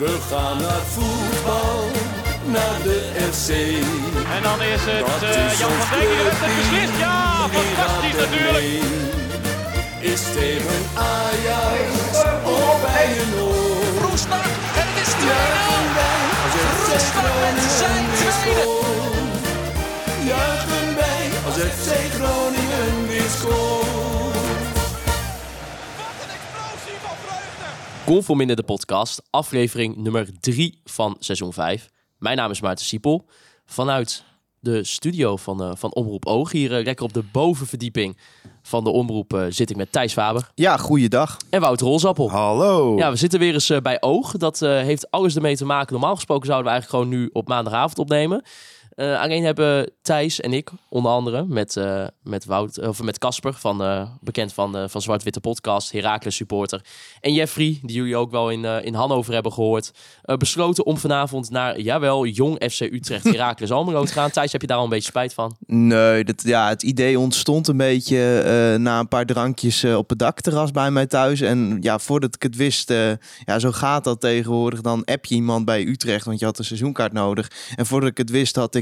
We gaan naar voetbal, naar de FC. En dan is het Jan van Dijk die het beslist. Ja, fantastisch natuurlijk. Is tegen Ajax of bij een oor. Roestak en het is 2-0. Roestak met zijn tweede. Juichen wij als FC Groningen weer scoort. Wat een explosie van vreugde. Conforminder de podcast, aflevering nummer 3 van seizoen 5. Mijn naam is Maarten Siepel. Vanuit de studio van Omroep Oog. Hier lekker op de bovenverdieping van de Omroep zit ik met Thijs Faber. Ja, goeiedag. En Wouter Rolzappel. Hallo. Ja, we zitten weer eens bij Oog. Dat heeft alles ermee te maken. Normaal gesproken zouden we eigenlijk gewoon nu op maandagavond opnemen. Alleen hebben Thijs en ik, onder andere, met Casper, bekend van Zwart-Witte Podcast, Heracles supporter, en Jeffrey, die jullie ook wel in Hannover hebben gehoord, besloten om vanavond naar, Jong FC Utrecht, Heracles Almelo te gaan. Thijs, heb je daar al een beetje spijt van? Nee, het idee ontstond een beetje na een paar drankjes op het dakterras bij mij thuis. En ja, voordat ik het wist, zo gaat dat tegenwoordig. Dan app je iemand bij Utrecht, want je had een seizoenkaart nodig. En voordat ik het wist, had ik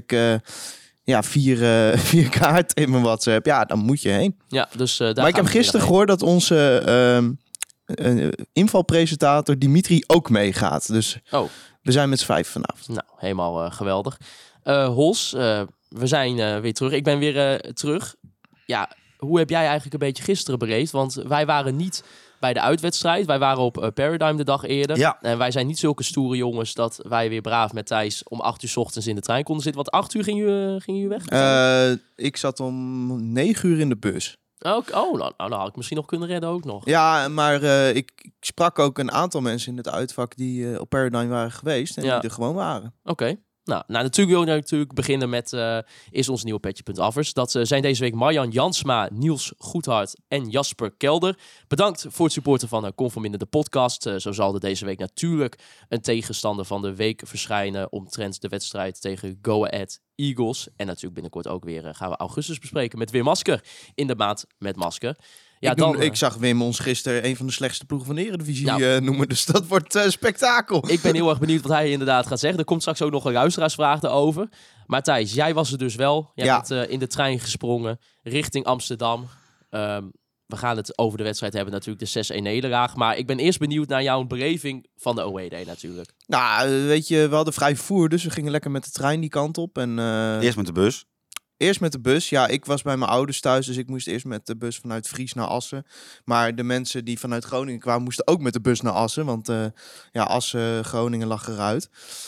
vier kaarten in mijn WhatsApp. Ja, dan moet je heen. Ja, dus maar ik heb gisteren gehoord dat onze invalpresentator Dimitri ook meegaat. Dus we zijn met z'n 5 vanavond. Nou, helemaal geweldig. Hols, we zijn weer terug. Ik ben weer terug. Ja, hoe heb jij eigenlijk een beetje gisteren beleefd? Want wij waren niet bij de uitwedstrijd. Wij waren op Paradigm de dag eerder. Ja. En wij zijn niet zulke stoere jongens dat wij weer braaf met Thijs om 8 uur 's ochtends in de trein konden zitten. Want 8 uur ging je weg? Ik zat om 9 uur in de bus. Nou had ik misschien nog kunnen redden ook nog. Ja, maar ik sprak ook een aantal mensen in het uitvak die op Paradigm waren geweest en die er gewoon waren. Oké. Nou, natuurlijk wil ik natuurlijk beginnen met is ons nieuwe petje.affers. Dat zijn deze week Marjan Jansma, Niels Goedhart en Jasper Kelder. Bedankt voor het supporten van Conforminder de podcast. Zo zal er deze week natuurlijk een tegenstander van de week verschijnen omtrent de wedstrijd tegen Go Ahead Eagles. En natuurlijk binnenkort ook weer gaan we augustus bespreken met Wim Masker in de maand met Masker. Ja, ik zag Wim ons gisteren een van de slechtste ploegen van de Eredivisie noemen. Dus dat wordt spektakel. Ik ben heel erg benieuwd wat hij inderdaad gaat zeggen. Er komt straks ook nog een luisteraarsvraag erover. Maar Thijs, jij was er dus wel. Jij bent in de trein gesprongen richting Amsterdam. We gaan het over de wedstrijd hebben, natuurlijk de 6-1 nederlaag. Maar ik ben eerst benieuwd naar jouw beleving van de away day natuurlijk. Nou, weet je, we hadden vrij vervoer. Dus we gingen lekker met de trein die kant op. En, Eerst met de bus? Eerst met de bus. Ja, ik was bij mijn ouders thuis, dus ik moest eerst met de bus vanuit Fries naar Assen. Maar de mensen die vanuit Groningen kwamen, moesten ook met de bus naar Assen. Want Assen, Groningen lag eruit.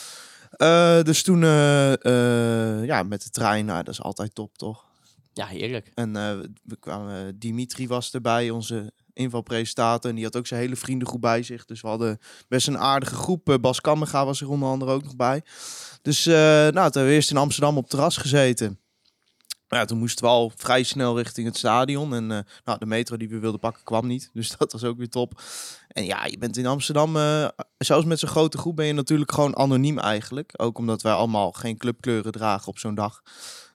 Dus toen met de trein, dat is altijd top, toch? Ja, heerlijk. En we kwamen, Dimitri was erbij, onze invalpresentator. En die had ook zijn hele vriendengroep bij zich. Dus we hadden best een aardige groep. Bas Kammerga was er onder andere ook nog bij. Dus toen hebben we eerst in Amsterdam op het terras gezeten. Ja, toen moesten we al vrij snel richting het stadion. En de metro die we wilden pakken kwam niet. Dus dat was ook weer top. En ja, je bent in Amsterdam, zelfs met zo'n grote groep ben je natuurlijk gewoon anoniem eigenlijk. Ook omdat wij allemaal geen clubkleuren dragen op zo'n dag.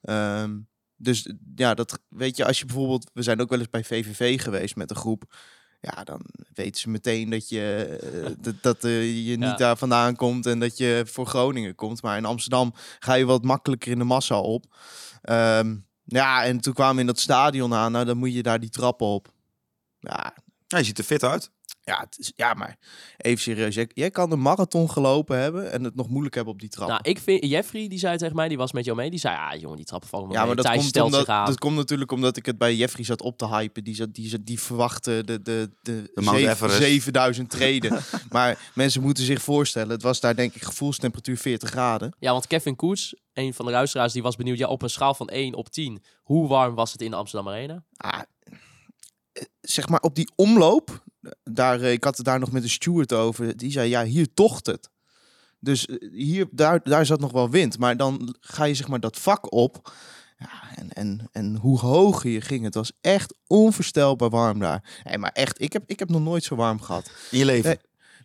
Dus ja, dat weet je, als je bijvoorbeeld, we zijn ook wel eens bij VVV geweest met een groep. Ja, dan weten ze meteen dat je niet daar vandaan komt en dat je voor Groningen komt. Maar in Amsterdam ga je wat makkelijker in de massa op. En toen kwamen we in dat stadion aan. Nou, dan moet je daar die trappen op. Ja, je ziet er fit uit. Ja, maar even serieus. Jij kan een marathon gelopen hebben en het nog moeilijk hebben op die trap. Nou, ik vind, Jeffrey, die zei tegen mij, die was met jou mee. Die zei, jongen, die trappen vallen maar dat komt natuurlijk omdat ik het bij Jeffrey zat op te hypen. Die verwachtte de Mount Everest. 7000 treden. Maar mensen moeten zich voorstellen, het was daar denk ik gevoelstemperatuur 40 graden. Ja, want Kevin Koets, een van de luisteraars, die was benieuwd. Ja, op een schaal van 1 op 10, hoe warm was het in de Amsterdam Arena? Zeg maar op die omloop, ik had het daar nog met de steward over. Die zei, ja, hier tocht het. Dus daar zat nog wel wind. Maar dan ga je zeg maar dat vak op. Ja, en hoe hoger je ging, het was echt onvoorstelbaar warm daar. Hey, maar echt, ik heb nog nooit zo warm gehad. In je leven?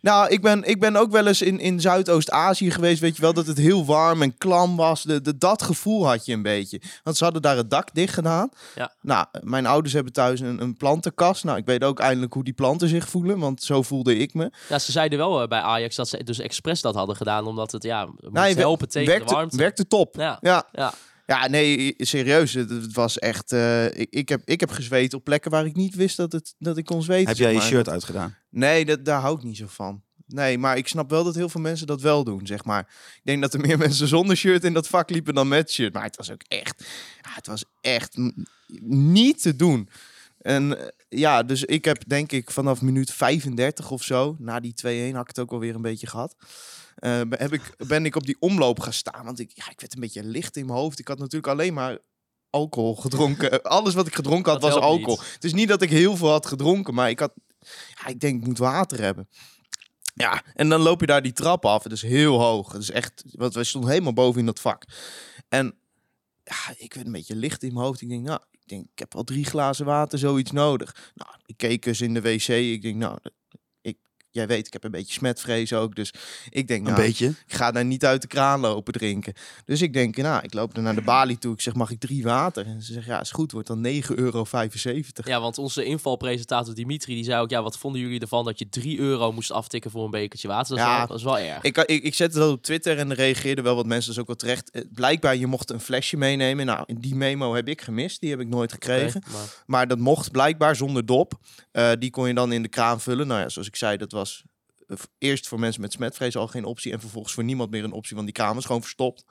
Nou, ik ben ook wel eens in Zuidoost-Azië geweest, weet je wel, dat het heel warm en klam was. Dat gevoel had je een beetje. Want ze hadden daar het dak dicht gedaan. Ja. Nou, mijn ouders hebben thuis een plantenkast. Nou, ik weet ook eindelijk hoe die planten zich voelen, want zo voelde ik me. Ja, ze zeiden wel bij Ajax dat ze dus expres dat hadden gedaan, omdat het moest helpen tegen de warmte. Werkte top. Ja. Ja, nee, serieus. Het was echt... Ik heb gezweet op plekken waar ik niet wist dat ik kon zweten. Heb jij je zeg maar. shirt uitgedaan? Nee, daar hou ik niet zo van. Nee, maar ik snap wel dat heel veel mensen dat wel doen, zeg maar. Ik denk dat er meer mensen zonder shirt in dat vak liepen dan met shirt. Maar het was ook echt... Ja, het was echt niet te doen. En dus ik heb denk ik vanaf minuut 35 of zo, na die 2-1, had ik het ook alweer een beetje gehad. Ben ik op die omloop gaan staan. Want ik werd een beetje licht in mijn hoofd. Ik had natuurlijk alleen maar alcohol gedronken. Alles wat ik gedronken had was alcohol. Niet. Het is niet dat ik heel veel had gedronken, maar ik denk ik moet water hebben. Ja, en dan loop je daar die trap af. Het is heel hoog. Het is echt, want wij stonden helemaal boven in dat vak. En ja, ik werd een beetje licht in mijn hoofd. Ik heb al 3 glazen water, zoiets nodig. Nou, ik keek eens in de wc. Ik denk, jij weet, ik heb een beetje smetvrees ook. Dus ik denk, Een beetje? ik ga daar niet uit de kraan lopen drinken. Dus ik denk, ik loop er naar de balie toe. Ik zeg, mag ik 3 water? En ze zeggen, ja, is goed, wordt dan €9,75. Ja, want onze invalpresentator Dimitri, die zei ook, wat vonden jullie ervan dat je €3 moest aftikken voor een bekertje water? Dat is wel erg. Ik zette dat op Twitter en er reageerden wel wat mensen, dus ook wel terecht. Blijkbaar, je mocht een flesje meenemen. Nou, die memo heb ik gemist. Die heb ik nooit gekregen. Okay, maar dat mocht blijkbaar zonder dop. Die kon je dan in de kraan vullen. Nou ja, zoals ik zei, dat was eerst voor mensen met smetvrees al geen optie. En vervolgens voor niemand meer een optie, want die kraan was gewoon verstopt.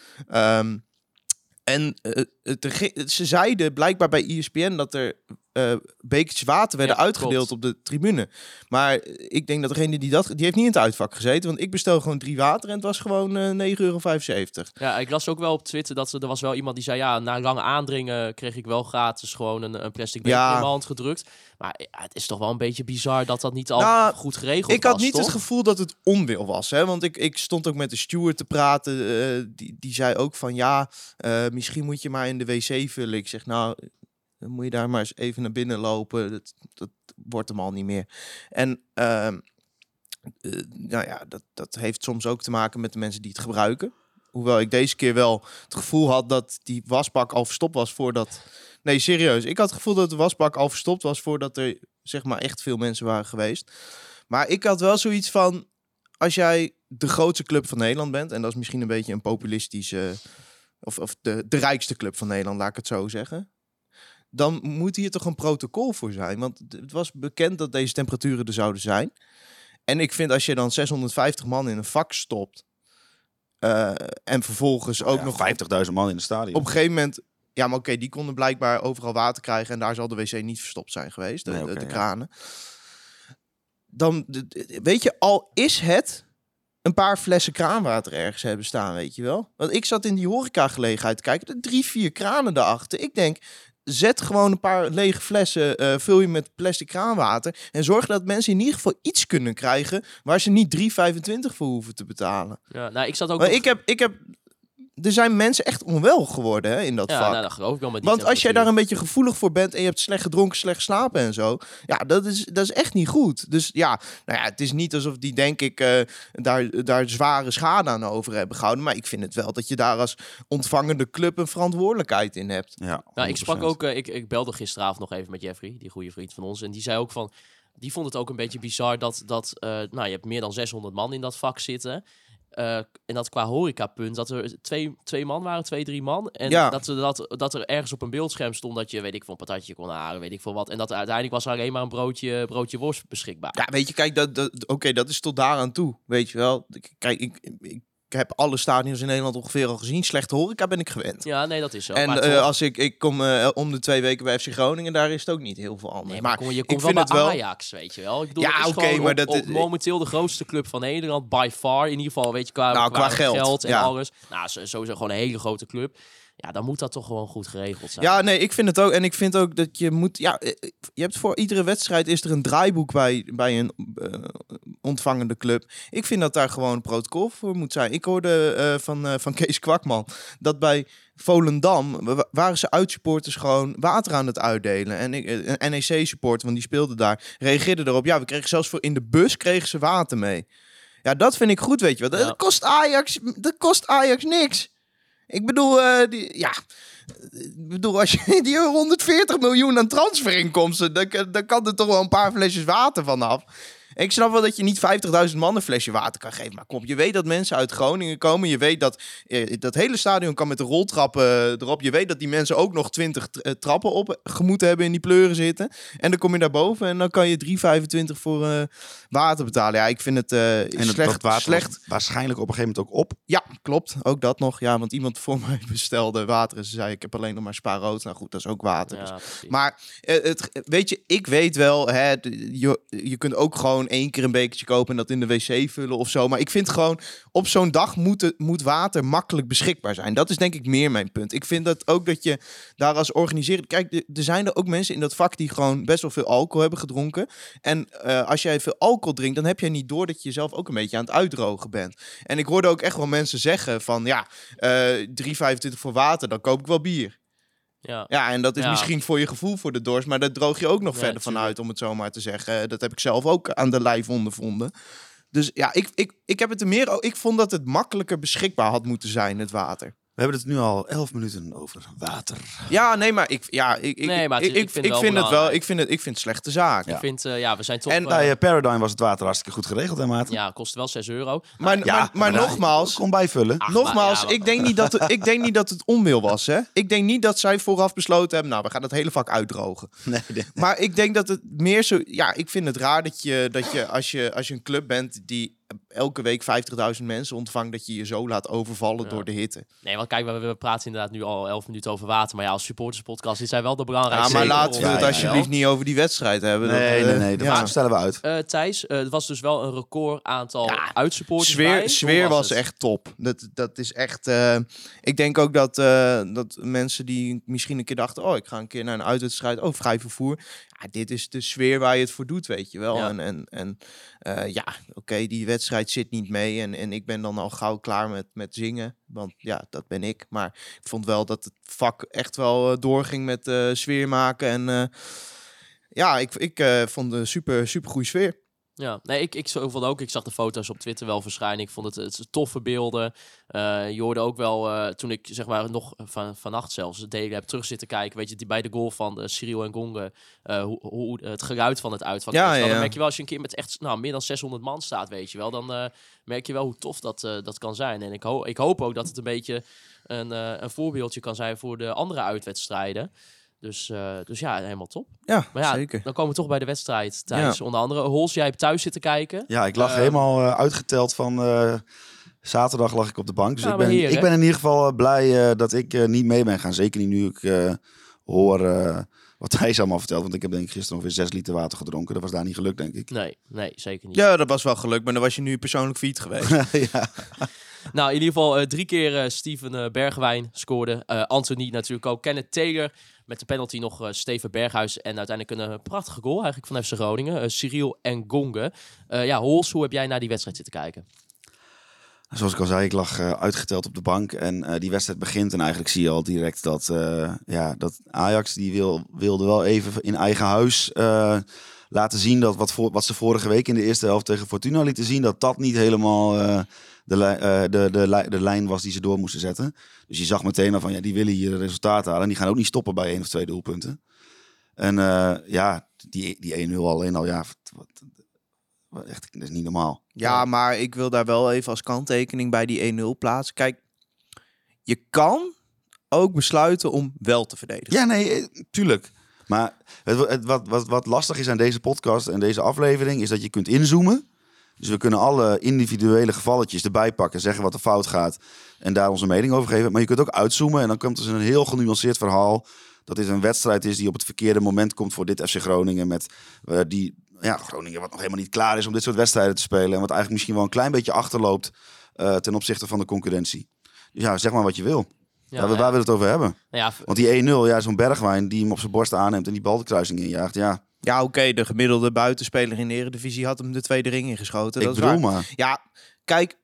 Ze zeiden blijkbaar bij ESPN dat er bekertjes water werden uitgedeeld klopt. op de tribune. Maar ik denk dat degene die heeft niet in het uitvak gezeten. Want ik bestel gewoon 3 water en het was gewoon €9,75. Ja, ik las ook wel op Twitter dat er was wel iemand die zei, na lang aandringen kreeg ik wel gratis gewoon een plastic beker in mijn hand gedrukt. Maar het is toch wel een beetje bizar dat niet al goed geregeld was. Ik had niet toch? het gevoel dat het onwil was. Hè? Want ik stond ook met de steward te praten. Die zei ook van misschien moet je maar in de wc vullen. Ik zeg dan moet je daar maar eens even naar binnen lopen. Dat wordt hem al niet meer. En dat heeft soms ook te maken met de mensen die het gebruiken. Hoewel ik deze keer wel het gevoel had dat die wasbak al verstopt was voordat... Nee, serieus. Ik had het gevoel dat de wasbak al verstopt was voordat er zeg maar echt veel mensen waren geweest. Maar ik had wel zoiets van, als jij de grootste club van Nederland bent, en dat is misschien een beetje een populistische, of de rijkste club van Nederland, laat ik het zo zeggen, dan moet hier toch een protocol voor zijn. Want het was bekend dat deze temperaturen er zouden zijn. En ik vind als je dan 650 man in een vak stopt, en vervolgens ook nog 50.000 man in het stadion. op een gegeven moment... Ja, maar oké, die konden blijkbaar overal water krijgen en daar zal de wc niet verstopt zijn geweest, de kranen. Dan, weet je, al is het een paar flessen kraanwater ergens hebben staan, weet je wel. Want ik zat in die horecagelegenheid te kijken, 3-4 kranen daarachter. Ik denk, zet gewoon een paar lege flessen, vul je met plastic kraanwater en zorg dat mensen in ieder geval iets kunnen krijgen waar ze niet €3,25 voor hoeven te betalen. Ja, ik zat ook... Maar er zijn mensen echt onwel geworden hè, in dat vak. Nou, dat geloof ik wel met die Want als jij daar temperatuur. een beetje gevoelig voor bent en je hebt slecht gedronken, slecht geslapen en zo, ja, dat is echt niet goed. Dus het is niet alsof die, denk ik, daar zware schade aan over hebben gehouden. Maar ik vind het wel dat je daar als ontvangende club een verantwoordelijkheid in hebt. Ja, ik sprak ook, ik belde gisteravond nog even met Jeffrey, die goede vriend van ons, en die zei ook van, die vond het ook een beetje bizar dat je hebt meer dan 600 man in dat vak zitten. En dat qua horecapunt, dat er twee man waren, 2-3 man. En dat er ergens op een beeldscherm stond dat je, weet ik veel, een patatje kon halen, weet ik veel wat. En dat er uiteindelijk was er alleen maar een broodje worst beschikbaar. Ja, weet je, kijk, dat is tot daaraan toe, weet je wel. Kijk, ik heb alle stadions in Nederland ongeveer al gezien. Slechte horeca ben ik gewend. Ja, nee, dat is zo. En als ik kom om de 2 weken bij FC Groningen, daar is het ook niet heel veel anders. Nee, maar je komt wel bij Ajax, weet je wel. Ik bedoel, ja, oké, maar dat is momenteel de grootste club van Nederland, by far. In ieder geval, weet je, qua geld en alles. Nou, sowieso gewoon een hele grote club. Ja, dan moet dat toch gewoon goed geregeld zijn. Ja, nee, ik vind het ook. En ik vind ook dat je moet... Ja, je hebt voor iedere wedstrijd is er een draaiboek bij een ontvangende club. Ik vind dat daar gewoon een protocol voor moet zijn. Ik hoorde van Kees Kwakman dat bij Volendam waren ze uitsupporters gewoon water aan het uitdelen. En een NEC-supporter, want die speelde daar, reageerde erop. Ja, we kregen zelfs in de bus kregen ze water mee. Ja, dat vind ik goed, weet je wel. Ja. Dat kost Ajax niks. Ik bedoel, als je die 140 miljoen aan transferinkomsten, dan kan er toch wel een paar flesjes water vanaf. Ik snap wel dat je niet 50.000 man een flesje water kan geven. Maar kom, je weet dat mensen uit Groningen komen. Je weet dat dat hele stadion kan met de roltrappen erop. Je weet dat die mensen ook nog 20 trappen opgemoet hebben in die pleuren zitten. En dan kom je daarboven en dan kan je 3,25 voor water betalen. Ja, ik vind het slecht. Waarschijnlijk op een gegeven moment ook op. Ja, klopt. Ook dat nog. Ja, want iemand voor mij bestelde water en ze zei, ik heb alleen nog maar Spa Rood. Nou goed, dat is ook water. Ja, Dus. precies. Maar weet je, ik weet wel, je kunt ook gewoon 1 keer een bekertje kopen en dat in de wc vullen of zo. Maar ik vind gewoon, op zo'n dag moet water makkelijk beschikbaar zijn. Dat is denk ik meer mijn punt. Ik vind dat ook dat je daar als organiseert... Kijk, er zijn er ook mensen in dat vak die gewoon best wel veel alcohol hebben gedronken. En als jij veel alcohol drinkt, dan heb jij niet door dat je jezelf ook een beetje aan het uitdrogen bent. En ik hoorde ook echt wel mensen zeggen van, ja, 3,25 voor water, dan koop ik wel bier. Ja, en dat is misschien voor je gevoel voor de dorst, maar daar droog je ook nog verder van uit, om het zo maar te zeggen. Dat heb ik zelf ook aan de lijf ondervonden. Dus ja, ik heb het er meer... Ik vond dat het makkelijker beschikbaar had moeten zijn, het water. We hebben het nu al 11 minuten over water. Ja, nee, maar ik vind het slechte zaak. Ja. Ik vind, we zijn toch... En bij Paradigm was het water hartstikke goed geregeld, hè, maat? Ja, kost wel €6. Maar nogmaals... Kom bijvullen. Ik denk niet dat het onwil was, hè. Ik denk niet dat zij vooraf besloten hebben, nou, we gaan het hele vak uitdrogen. Nee. Maar ik denk dat het meer zo... Ja, ik vind het raar dat je als je een club bent die elke week 50.000 mensen ontvangt, dat je je zo laat overvallen door de hitte. Nee, want kijk, we praten inderdaad nu al 11 minuten over water. Maar ja, als supporterspodcast, dit zijn wel de belangrijkste... Ja, maar laten we het alsjeblieft niet over die wedstrijd hebben. Nee, dat stellen we uit. Thijs, het was dus wel een record aantal uitsupporters. Sfeer was echt top. Dat is echt... ik denk ook dat mensen die misschien een keer dachten, oh, ik ga een keer naar een uitwedstrijd, vrij vervoer. Ja, dit is de sfeer waar je het voor doet, weet je wel. Ja. Oké, die wedstrijd zit niet mee. En ik ben dan al gauw klaar met zingen. Want ja, dat ben ik. Maar ik vond wel dat het vak echt wel doorging met sfeer maken. En ik vond een super goede sfeer. Ja, nee, ik vond ook, ik zag de foto's op Twitter wel verschijnen. Ik vond het toffe beelden. Je hoorde ook wel, toen ik zeg maar nog vannacht zelfs de delen heb terug zitten kijken, weet je, die bij de goal van Cyril en Gonge, hoe het geluid van het uitvak is. Dan merk je wel, als je een keer met echt meer dan 600 man staat, weet je wel, dan merk je wel hoe tof dat kan zijn. En ik hoop ook dat het een beetje een voorbeeldje kan zijn voor de andere uitwedstrijden. Dus ja, helemaal top. Ja, maar ja, zeker. Dan komen we toch bij de wedstrijd, Thijs. Onder andere, Hols, jij hebt thuis zitten kijken. Ja, ik lag helemaal uitgeteld van... zaterdag lag ik op de bank. Dus ik ben in ieder geval blij dat ik niet mee ben gaan. Zeker niet nu ik hoor wat hij allemaal vertelt. Want ik heb denk ik gisteren ongeveer 6 liter water gedronken. Dat was daar niet gelukt, denk ik. Nee, zeker niet. Ja, dat was wel gelukt. Maar dan was je nu persoonlijk failliet geweest. Ja. Nou, in ieder geval 3 keer Steven Bergwijn scoorde. Anthony natuurlijk ook. Kenneth Taylor met de penalty nog Steven Berghuis. En uiteindelijk een prachtige goal eigenlijk van FC Groningen. Cyril en Gonge. Hols, hoe heb jij naar die wedstrijd zitten kijken? Zoals ik al zei, ik lag uitgeteld op de bank. En die wedstrijd begint en eigenlijk zie je al direct dat Ajax die wilde wel even in eigen huis laten zien dat wat ze vorige week in de eerste helft tegen Fortuna lieten zien, dat niet helemaal de lijn was die ze door moesten zetten. Dus je zag meteen al van, die willen hier resultaat halen. En die gaan ook niet stoppen bij 1 of 2 doelpunten. En die 1-0 alleen al, echt, dat is niet normaal. Ja, maar ik wil daar wel even als kanttekening bij die 1-0 plaatsen. Kijk, je kan ook besluiten om wel te verdedigen. Ja, nee, tuurlijk. Maar wat lastig is aan deze podcast en deze aflevering, is dat je kunt inzoomen. Dus we kunnen alle individuele gevalletjes erbij pakken, zeggen wat er fout gaat en daar onze mening over geven. Maar je kunt ook uitzoomen en dan komt er een heel genuanceerd verhaal dat dit een wedstrijd is die op het verkeerde moment komt voor dit FC Groningen. Met Groningen wat nog helemaal niet klaar is om dit soort wedstrijden te spelen. En wat eigenlijk misschien wel een klein beetje achterloopt ten opzichte van de concurrentie. Dus ja, zeg maar wat je wil. Ja, Waar willen we het over hebben? Nou ja, Want die 1-0, zo'n Bergwijn die hem op zijn borst aanneemt en die bal de kruising injaagt. Ja, Ja, oké, de gemiddelde buitenspeler in de Eredivisie had hem de tweede ring ingeschoten. ik Dat is bedoel waar. maar. Ja, kijk,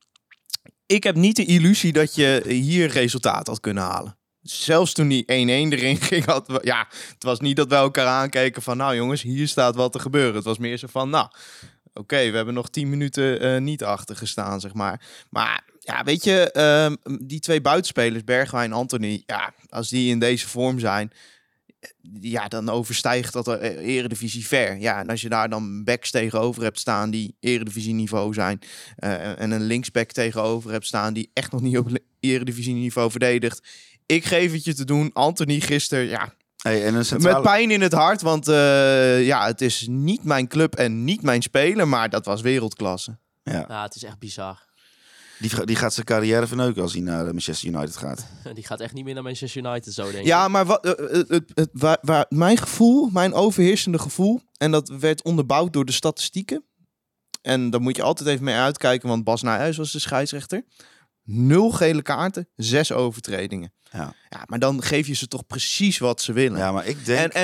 ik heb niet de illusie dat je hier resultaat had kunnen halen. Zelfs toen die 1-1 erin ging, het was niet dat wij elkaar aankeken van, nou jongens, hier staat wat te gebeuren. Het was meer zo van, nou, oké, we hebben nog 10 minuten niet achter gestaan, zeg maar. Maar ja, weet je, die twee buitenspelers, Bergwijn en Anthony, ja, als die in deze vorm zijn, ja, dan overstijgt dat de Eredivisie ver. Ja, en als je daar dan backs tegenover hebt staan die Eredivisie niveau zijn, en een linksback tegenover hebt staan die echt nog niet op Eredivisie niveau verdedigt. Ik geef het je te doen. Anthony gisteren, ja, Hey, en een centrale... met pijn in het hart, want het is niet mijn club en niet mijn speler, maar dat was wereldklasse. Ja. nou, het is echt bizar. Die gaat zijn carrière verneuken als hij naar Manchester United gaat. Die gaat echt niet meer naar Manchester United zo, denk ik. Ja, maar waar mijn gevoel, mijn overheersende gevoel, en dat werd onderbouwd door de statistieken. En daar moet je altijd even mee uitkijken, want Bas Nijhuis was de scheidsrechter. 0 gele kaarten, 6 overtredingen. Ja. Ja, maar dan geef je ze toch precies wat ze willen. Ja, maar ik denk...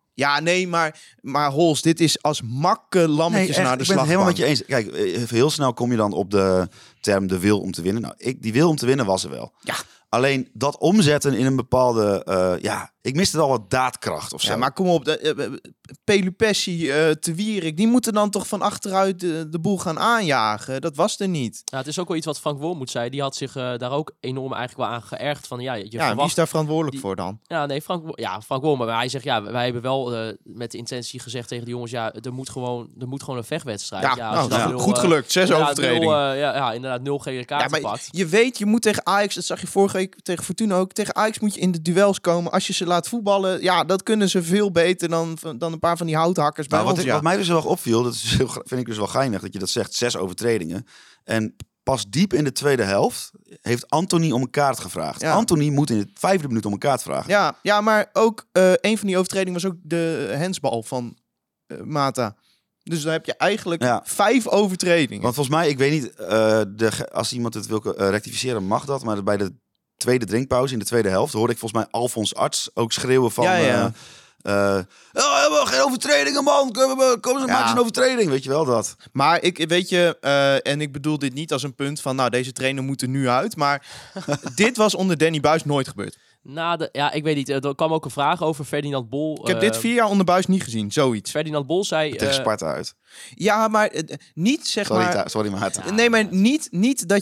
Maar Hols, dit is als lammetjes echt, naar de ik ben het slagbank. helemaal met je eens. Kijk, heel snel kom je dan op de term de wil om te winnen. Nou, die wil om te winnen was er wel. Ja. Alleen dat omzetten in een bepaalde... ik miste al wat daadkracht of zo. Ja, maar kom op, Pelupessi, Te Wierik, die moeten dan toch van achteruit de boel gaan aanjagen. Dat was er niet. Ja, het is ook wel iets wat Frank Wormoed zei. Die had zich daar ook enorm eigenlijk wel aan geërgerd. Van, ja, je Ja, verwacht... wie is daar verantwoordelijk voor dan? Ja, nee, Frank Wormoed. Maar hij zegt, ja, wij hebben wel met de intentie gezegd tegen de jongens, ja, er moet gewoon een vechtwedstrijd. Ja, als je dan wil, goed gelukt. 6 inderdaad overtredingen. inderdaad 0 gele kaarten Ja, maar pakt. je weet, je moet tegen Ajax, dat zag je vorige week tegen Fortuna ook, tegen Ajax moet je in de duels komen. Als je ze laat voetballen, ja, dat kunnen ze veel beter dan een paar van die houthakkers bij Nou, ons. wat mij dus heel erg opviel, dat is vind ik dus wel geinig dat je dat zegt, 6 overtredingen. En pas diep in de tweede helft heeft Anthony om een kaart gevraagd. Ja. Anthony moet in de 5e minuut om een kaart vragen. Ja, maar ook een van die overtredingen was ook de handsbal van Mata. Dus dan heb je eigenlijk 5 overtredingen. Want volgens mij, ik weet niet, als iemand het wil rectificeren mag dat, maar bij de tweede drinkpauze in de tweede helft hoorde ik volgens mij Alfons Arts ook schreeuwen van... we hebben geen overtredingen, man. Kom ze maken een overtreding. Weet je wel dat? Maar en ik bedoel dit niet als een punt van, nou, deze trainer moet er nu uit. Maar dit was onder Danny Buis nooit gebeurd. Ik weet niet. Er kwam ook een vraag over Ferdinand Bol. Ik heb dit 4 jaar onder Buis niet gezien, zoiets. Ferdinand Bol zei... Tegen Sparta uit. Ja, maar niet zeg maar... Sorry, Maarten. Nee, maar niet dat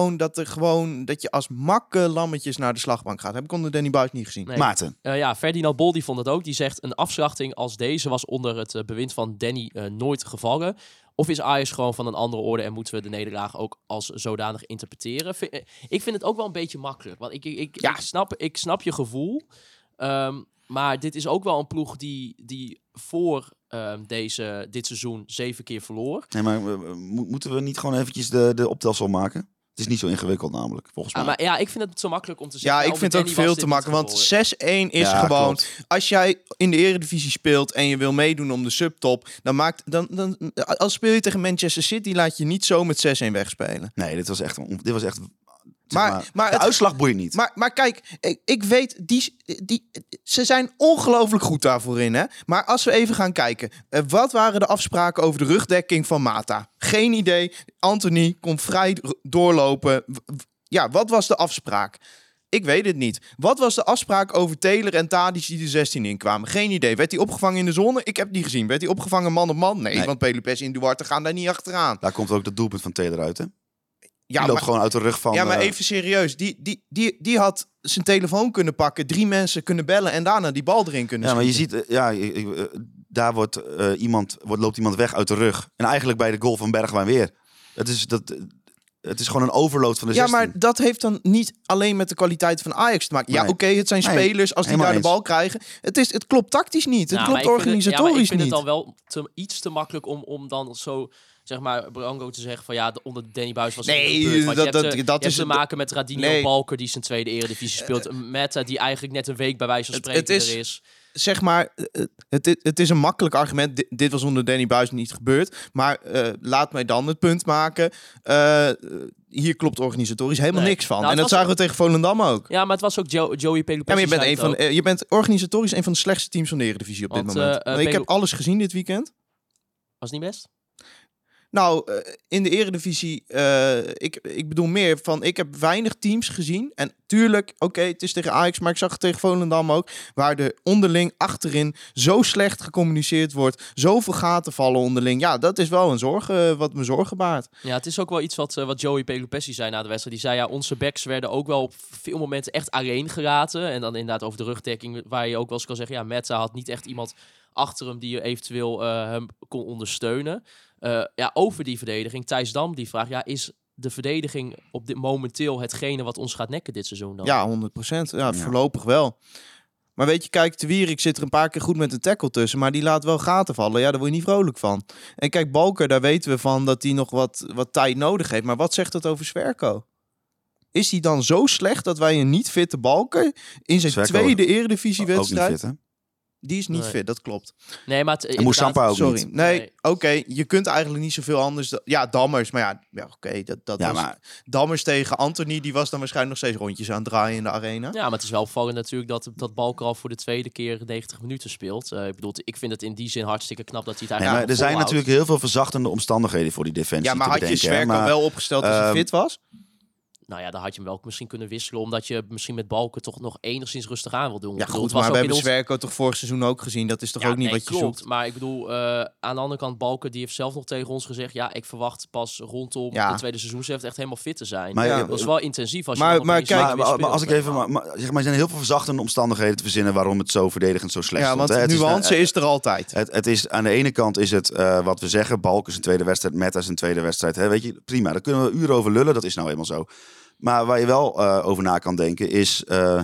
je als lammetjes naar de slagbank gaat. Heb ik onder Danny Buis niet gezien. Nee. Maarten. Ferdinand Bol die vond het ook. Die zegt, een afslachting als deze was onder het bewind van Danny nooit gevallen. Of is Ajax gewoon van een andere orde en moeten we de nederlaag ook als zodanig interpreteren? Ik vind het ook wel een beetje makkelijk. Want ik snap je gevoel. Maar dit is ook wel een ploeg die voor dit seizoen 7 keer verloor. Nee, maar moeten we niet gewoon eventjes de optelsom maken? Het is niet zo ingewikkeld namelijk, volgens mij. Maar ja, ik vind het zo makkelijk om te zeggen. Ja, ik vind het ook veel te makkelijk. Want 6-1 is gewoon... Klopt. Als jij in de Eredivisie speelt en je wil meedoen om de subtop... dan als speel je tegen Manchester City, laat je niet zo met 6-1 wegspelen. Nee, dit was echt Maar de uitslag boeit niet. Maar kijk, ik weet, ze zijn ongelooflijk goed daarvoor in. Hè? Maar als we even gaan kijken. Wat waren de afspraken over de rugdekking van Mata? Geen idee. Anthony kon vrij doorlopen. Ja, wat was de afspraak? Ik weet het niet. Wat was de afspraak over Taylor en Tadic die de 16 inkwamen? Geen idee. Werd hij opgevangen in de zone? Ik heb het niet gezien. Werd hij opgevangen man op man? Nee. Want Pelupessi en Duarte gaan daar niet achteraan. Daar komt ook dat doelpunt van Taylor uit, hè? Ja, die loopt gewoon uit de rug van... Ja, maar even serieus. Die had zijn telefoon kunnen pakken, 3 mensen kunnen bellen en daarna die bal erin kunnen schieten. Maar je ziet, daar loopt iemand weg uit de rug. En eigenlijk bij de goal van Bergwijn weer. Het is gewoon een overload van de 16. Ja, maar dat heeft dan niet alleen met de kwaliteit van Ajax te maken. Ja, oké, het zijn spelers als die daar de bal krijgen. Het klopt tactisch niet. Het klopt organisatorisch niet. Ik vind het dan wel iets te makkelijk om dan zo zeg maar, Brango te zeggen van ja, onder Danny Buis was het Nee, niet gebeurd. Want dat je hebt is te maken met Radinho nee. Balker, die zijn tweede eredivisie speelt. Meta, die eigenlijk net een week bij wijze van spreken er is. Zeg maar, het is een makkelijk argument. Dit was onder Danny Buis niet gebeurd. Maar laat mij dan het punt maken. Hier klopt organisatorisch helemaal niks van. Nou, en dat zagen we tegen Volendam ook. Ja, maar het was ook Joey Pelupessi. Ja, maar je bent organisatorisch een van de slechtste teams van de Eredivisie op dit moment. Ik heb alles gezien dit weekend. Was niet best? Nou, in de Eredivisie, ik bedoel meer van, ik heb weinig teams gezien. En tuurlijk, oké, het is tegen Ajax, maar ik zag het tegen Volendam ook. Waar de onderling achterin zo slecht gecommuniceerd wordt. Zoveel gaten vallen onderling. Ja, dat is wel een zorg, wat me zorgen baart. Ja, het is ook wel iets wat Joey Pelupessi zei na de wedstrijd. Die zei, ja, onze backs werden ook wel op veel momenten echt alleen geraten. En dan inderdaad over de rugdekking, waar je ook wel eens kan zeggen, ja, Meta had niet echt iemand achter hem die je eventueel hem kon ondersteunen. Over die verdediging, Thijs Dam die vraagt, ja, is de verdediging op dit momenteel hetgene wat ons gaat nekken dit seizoen dan? Ja, 100%. Ja, voorlopig wel. Maar weet je, kijk, Te Wierik zit er een paar keer goed met een tackle tussen, maar die laat wel gaten vallen. Ja, daar word je niet vrolijk van. En kijk, Balker, daar weten we van dat hij nog wat tijd nodig heeft. Maar wat zegt dat over Zwerko? Is hij dan zo slecht dat wij een niet fitte Balker in zijn Zwerko tweede Eredivisie-wedstrijd... Ook niet fit, hè? Die is niet fit, dat klopt. Nee, maar En Moussampa ook Sorry. niet. Nee, oké, je kunt eigenlijk niet zoveel anders... Ja, Dammers, maar oké, dat was... Maar Dammers tegen Anthony, die was dan waarschijnlijk nog steeds rondjes aan het draaien in de arena. Ja, maar het is wel opvallend natuurlijk dat Balker al voor de tweede keer 90 minuten speelt. Ik vind het in die zin hartstikke knap dat hij het eigenlijk maar er zijn natuurlijk heel veel verzachtende omstandigheden voor die defensie. Ja, maar had je Zwerko wel opgesteld als hij fit was? Nou ja, dan had je hem wel misschien kunnen wisselen, omdat je misschien met Balken toch nog enigszins rustig aan wil doen. Ja, goed, maar we hebben Zwerko toch vorig seizoen ook gezien. Dat is toch ook niet wat je zoekt? Maar ik bedoel, aan de andere kant, Balken die heeft zelf nog tegen ons gezegd, ja, ik verwacht pas rondom de tweede seizoenshelft echt helemaal fit te zijn. Maar dat is wel intensief als je maar als ik even, zeg maar, er zijn heel veel verzachtende omstandigheden te verzinnen waarom het zo verdedigend zo slecht is. Ja, want nuance is er altijd. Het is aan de ene kant is het wat we zeggen, Balken zijn tweede wedstrijd, Meta zijn tweede wedstrijd. Hè, weet je, prima, daar kunnen we uren over lullen. Dat is nou eenmaal zo. Maar waar je wel over na kan denken is...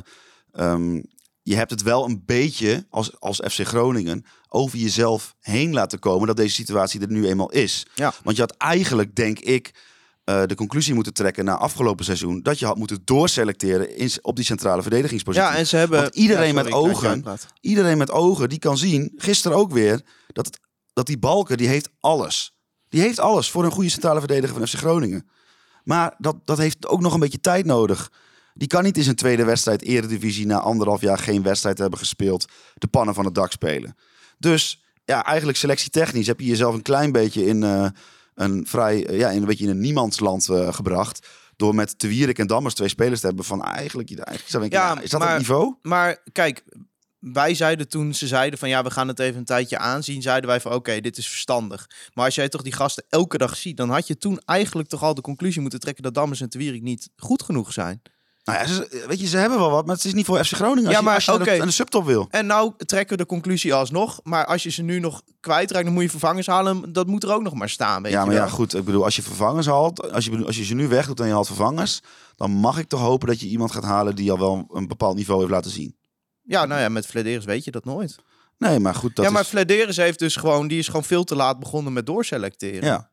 je hebt het wel een beetje als FC Groningen over jezelf heen laten komen dat deze situatie er nu eenmaal is. Ja. Want je had eigenlijk, denk ik, de conclusie moeten trekken na afgelopen seizoen dat je had moeten doorselecteren op die centrale verdedigingspositie. Ja, en ze hebben... Want iedereen met ogen die kan zien, gisteren ook weer, dat die Balken, die heeft alles. Die heeft alles voor een goede centrale verdediger van FC Groningen. Maar dat heeft ook nog een beetje tijd nodig. Die kan niet in zijn tweede wedstrijd Eredivisie na 1,5 jaar geen wedstrijd hebben gespeeld de pannen van het dak spelen. Dus ja, eigenlijk selectietechnisch heb je jezelf een klein beetje in een een niemandsland gebracht. Door met Te Wierik en Dammers 2 spelers te hebben van eigenlijk zou ik is dat het niveau? Maar kijk, wij zeiden toen ze zeiden van ja, we gaan het even een tijdje aanzien, zeiden wij van oké, dit is verstandig. Maar als jij toch die gasten elke dag ziet, dan had je toen eigenlijk toch al de conclusie moeten trekken dat Dammers en Te Wierik niet goed genoeg zijn. Nou ja, weet je, ze hebben wel wat, maar het is niet voor FC Groningen als je aan de subtop wil. En nou trekken we de conclusie alsnog, maar als je ze nu nog kwijtraakt, dan moet je vervangers halen. Dat moet er ook nog maar staan, weet je wel. Ja, goed, ik bedoel, als je vervangers haalt, als je ze nu wegdoet en je haalt vervangers, dan mag ik toch hopen dat je iemand gaat halen die al wel een bepaald niveau heeft laten zien. Ja, nou ja, met Flederis weet je dat nooit. Nee, maar goed, maar Flederis heeft dus die is gewoon veel te laat begonnen met doorselecteren.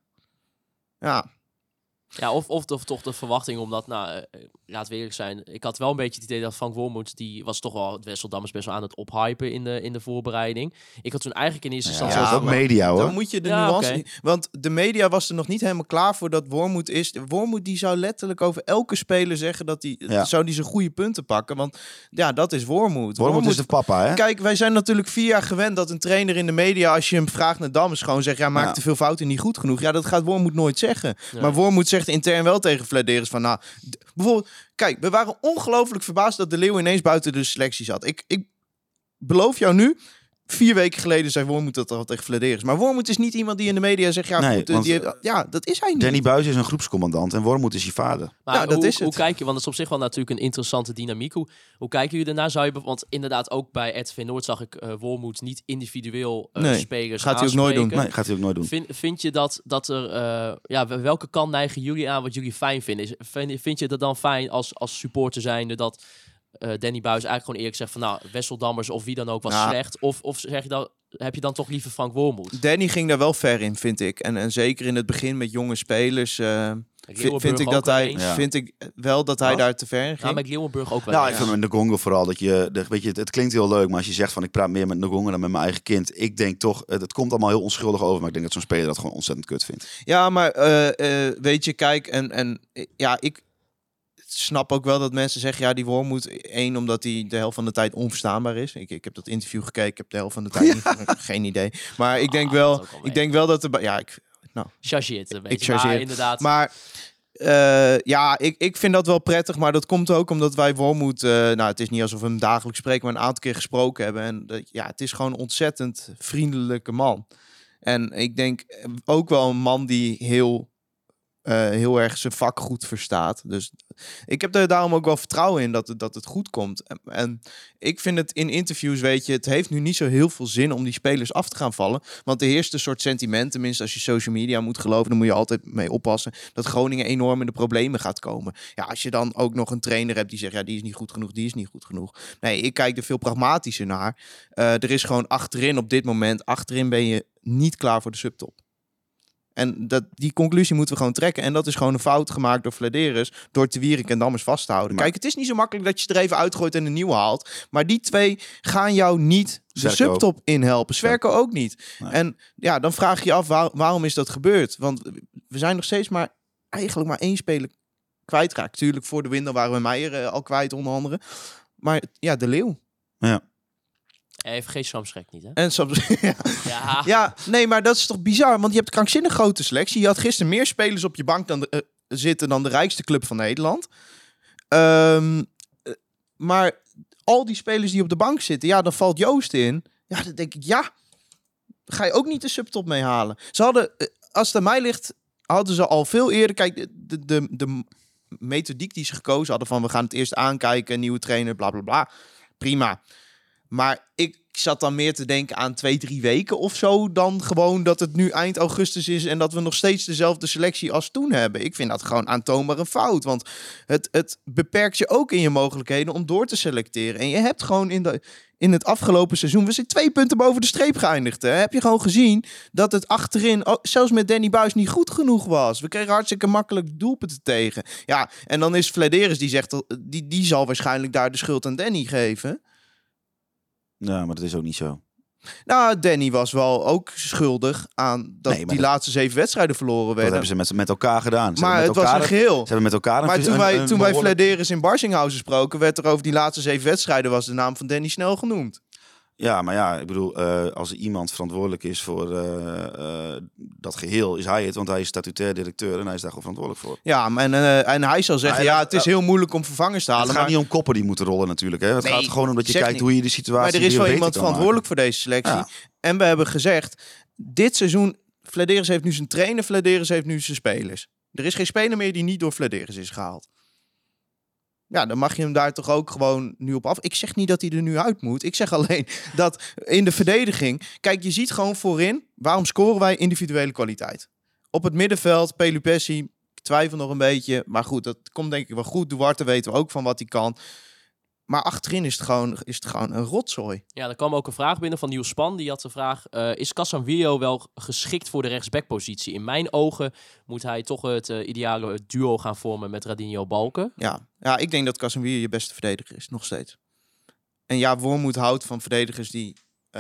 Ja. Ja, of toch de verwachting, omdat, laat we eerlijk zijn, ik had wel een beetje het idee dat Frank Wormoed, die was toch wel, Wessel Dammers best wel aan het ophypen in de voorbereiding. Ik had toen eigenlijk in eerste instantie... Ja, ook media hoor. Dan moet je de nuance... Want de media was er nog niet helemaal klaar voor dat Wormoed is. Wormoed die zou letterlijk over elke speler zeggen dat zou die zijn goede punten pakken. Want ja, dat is Wormoed. Wormoed is de papa, hè? Kijk, wij zijn natuurlijk 4 jaar gewend dat een trainer in de media, als je hem vraagt naar Dammers, gewoon zegt, ja, maakt te veel fouten niet goed genoeg. Ja, dat gaat Wormoed nooit zeggen. Ja. Maar Wormoed zegt intern wel tegen Flederis van, bijvoorbeeld, kijk, we waren ongelooflijk verbaasd dat de Leeuw ineens buiten de selectie zat. Ik beloof jou nu, 4 weken geleden zei Wormoed dat al tegen Flederis. Maar Wormoed is niet iemand die in de media zegt, dat is hij niet. Danny Buis is een groepscommandant en Wormoed is je vader. Maar hoe kijk je, want dat is op zich wel natuurlijk een interessante dynamiek. Hoe kijken jullie daarnaar? Want inderdaad ook bij RTV Noord zag ik Wormoed niet individueel spelers gaat hij ook nooit doen. Nee, gaat hij ook nooit doen. Vind je dat er... welke kant neigen jullie aan wat jullie fijn vinden? Vind je dat dan fijn als supporter zijnde dat Danny Buis eigenlijk gewoon eerlijk zegt van Wessel Dammers of wie dan ook was slecht? Of zeg je dan heb je dan toch liever Frank Wormoed? Danny ging daar wel ver in, vind ik. En zeker in het begin met jonge spelers vind ik wel dat hij daar te ver in ging. Nou, met Leeuwenburg ook wel. Nou, ik vind met Ngongo vooral dat weet je, het klinkt heel leuk, maar als je zegt van ik praat meer met Ngongo dan met mijn eigen kind. Ik denk toch, het komt allemaal heel onschuldig over, maar ik denk dat zo'n speler dat gewoon ontzettend kut vindt. Ja, maar weet je, kijk, ik snap ook wel dat mensen zeggen, ja, die Wormoed, omdat hij de helft van de tijd onverstaanbaar is. Ik heb dat interview gekeken, ik heb de helft van de tijd geen idee. Maar ik denk wel dat Chargeert een beetje, ik chargeer. maar inderdaad. Maar ik vind dat wel prettig, maar dat komt ook omdat wij Wormoed, het is niet alsof we hem dagelijks spreken, maar een aantal keer gesproken hebben. En het is gewoon een ontzettend vriendelijke man. En ik denk ook wel een man die heel erg zijn vak goed verstaat. Dus ik heb er daarom ook wel vertrouwen in dat het goed komt. En ik vind het in interviews, weet je, het heeft nu niet zo heel veel zin om die spelers af te gaan vallen. Want er heerst een soort sentiment, tenminste als je social media moet geloven, dan moet je altijd mee oppassen dat Groningen enorm in de problemen gaat komen. Ja, als je dan ook nog een trainer hebt die zegt, ja, die is niet goed genoeg, die is niet goed genoeg. Nee, ik kijk er veel pragmatischer naar. Er is gewoon achterin ben je niet klaar voor de subtop. En die conclusie moeten we gewoon trekken. En dat is gewoon een fout gemaakt door Vladeris, door Te Wierik en Dammers vast te houden. Maar... Kijk, het is niet zo makkelijk dat je er even uitgooit en een nieuwe haalt. Maar die twee gaan jou niet de subtop inhelpen. Zwerko ook niet. Nee. En ja, dan vraag je je af, waarom is dat gebeurd? Want we zijn nog steeds eigenlijk maar 1 speler kwijtraakt. Tuurlijk, voor de winter waren we Meijer al kwijt, onder andere. Maar ja, De Leeuw. Ja. Even geen Samschrek niet, hè? En soms, ja, nee, maar dat is toch bizar? Want je hebt een krankzinnig grote selectie. Je had gisteren meer spelers op je bank zitten dan de rijkste club van Nederland. Maar al die spelers die op de bank zitten, ja, dan valt Joost in. Ja, dan denk ik, ja, ga je ook niet de subtop mee halen. Ze hadden, als het aan mij ligt, hadden ze al veel eerder... Kijk, de methodiek die ze gekozen hadden van we gaan het eerst aankijken, nieuwe trainer, bla bla bla. Prima. Maar ik zat dan meer te denken aan 2-3 weken of zo, dan gewoon dat het nu eind augustus is en dat we nog steeds dezelfde selectie als toen hebben. Ik vind dat gewoon aantoonbaar een fout, want het beperkt je ook in je mogelijkheden om door te selecteren. En je hebt gewoon in het afgelopen seizoen, we zijn 2 punten boven de streep geëindigd. Hè? Heb je gewoon gezien dat het achterin, zelfs met Danny Buijs, niet goed genoeg was. We kregen hartstikke makkelijk doelpunten tegen. Ja, en dan is Vladeris die zegt, die zal waarschijnlijk daar de schuld aan Danny geven. Ja, maar dat is ook niet zo. Nou, Danny was wel ook schuldig aan die laatste 7 wedstrijden verloren werden. Dat hebben ze met elkaar gedaan. Maar het was een geheel. Ze hebben met elkaar maar toen wij Vladeris in Barsinghausen spraken, werd er over die laatste 7 wedstrijden was de naam van Danny snel genoemd. Ja, maar ja, ik bedoel, als er iemand verantwoordelijk is voor dat geheel, is hij het. Want hij is statutair directeur en hij is daar gewoon verantwoordelijk voor. Ja, en hij zal zeggen, het is heel moeilijk om vervangers te halen. Het gaat niet om koppen die moeten rollen natuurlijk. Hè. Het gaat gewoon om dat je kijkt hoe je de situatie... Maar er is wel iemand verantwoordelijk voor deze selectie. Ja. En we hebben gezegd, dit seizoen, Vladeris heeft nu zijn trainer, Vladeris heeft nu zijn spelers. Er is geen speler meer die niet door Vladeris is gehaald. Ja, dan mag je hem daar toch ook gewoon nu op af. Ik zeg niet dat hij er nu uit moet. Ik zeg alleen dat in de verdediging... Kijk, je ziet gewoon voorin, waarom scoren wij individuele kwaliteit? Op het middenveld, Pelupessi, ik twijfel nog een beetje. Maar goed, dat komt denk ik wel goed. Duarte weten we ook van wat hij kan. Maar achterin is het gewoon een rotzooi. Ja, er kwam ook een vraag binnen van Niels Span. Die had de vraag, is Casemiro wel geschikt voor de rechtsbackpositie? In mijn ogen moet hij toch het ideale duo gaan vormen met Radinho Balken. Ja, ik denk dat Casemiro je beste verdediger is, nog steeds. En ja, Wormoed houdt van verdedigers die,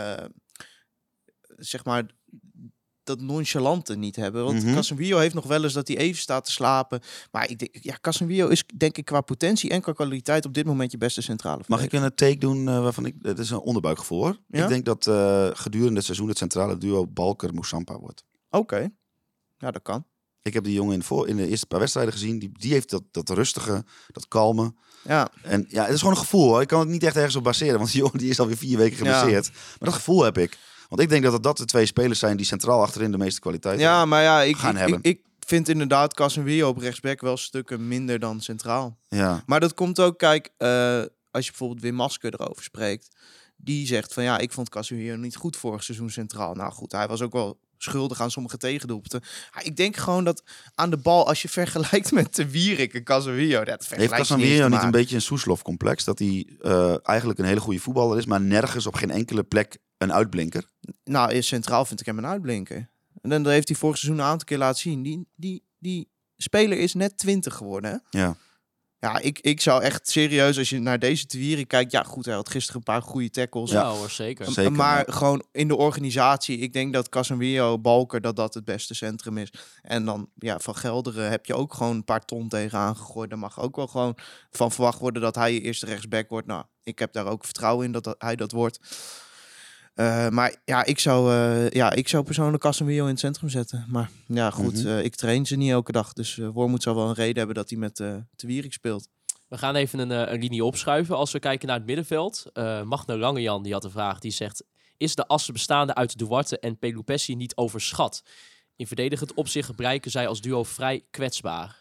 zeg maar, dat nonchalante niet hebben. Want Casemiro heeft nog wel eens dat hij even staat te slapen. Maar ik denk, ja, Casemiro is denk ik qua potentie en qua kwaliteit op dit moment je beste centrale verdediger. Mag ik een take doen waarvan het is een onderbuikgevoel hoor. Ja? Ik denk dat gedurende het seizoen het centrale duo Balker-Moussampa wordt. Oké. Ja, dat kan. Ik heb die jongen in de eerste paar wedstrijden gezien. Die heeft dat rustige, dat kalme. Ja. En ja, het is gewoon een gevoel hoor. Ik kan het niet echt ergens op baseren. Want die jongen die is alweer 4 weken geblesseerd. Ja. Maar dat gevoel heb ik. Want ik denk dat de 2 spelers zijn die centraal achterin de meeste kwaliteit maar ja, hebben. Ik vind inderdaad Casemiro op rechtsback wel stukken minder dan centraal. Ja. Maar dat komt ook, kijk, als je bijvoorbeeld Wim Masker erover spreekt. Die zegt van ja, ik vond Casemiro niet goed vorig seizoen centraal. Nou goed, hij was ook wel schuldig aan sommige tegendoelpunten. Ja, ik denk gewoon dat aan de bal, als je vergelijkt met de Wierik en Casemiro, dat heeft Casemiro niet een beetje een Soeslof-complex? Dat hij eigenlijk een hele goede voetballer is, maar nergens op geen enkele plek een uitblinker? Nou, eerst centraal vind ik hem een uitblinker. En dan heeft hij vorig seizoen een aantal keer laten zien. Die speler is net 20 geworden, hè? Ja. Ja, ik zou echt serieus, als je naar deze Twiri kijkt... Ja, goed, hij had gisteren een paar goede tackles. Ja hoor, zeker. Zeker, maar gewoon in de organisatie, ik denk dat Casemiro, Balker, dat het beste centrum is. En dan, ja, Van Gelderen heb je ook gewoon een paar ton tegenaan gegooid. Daar mag ook wel gewoon van verwacht worden dat hij je eerste rechtsback wordt. Nou, ik heb daar ook vertrouwen in dat hij dat wordt. Maar ja, ik zou persoonlijk Casemiro in het centrum zetten. Maar ja, goed, ik train ze niet elke dag. Dus Wormoed zou wel een reden hebben dat hij met de Wierik speelt. We gaan even een linie opschuiven. Als we kijken naar het middenveld. Magne Langejan die had een vraag. Die zegt, is de assen bestaande uit Duarte en Pelupessi niet overschat? In verdedigend opzicht bereiken zij als duo vrij kwetsbaar.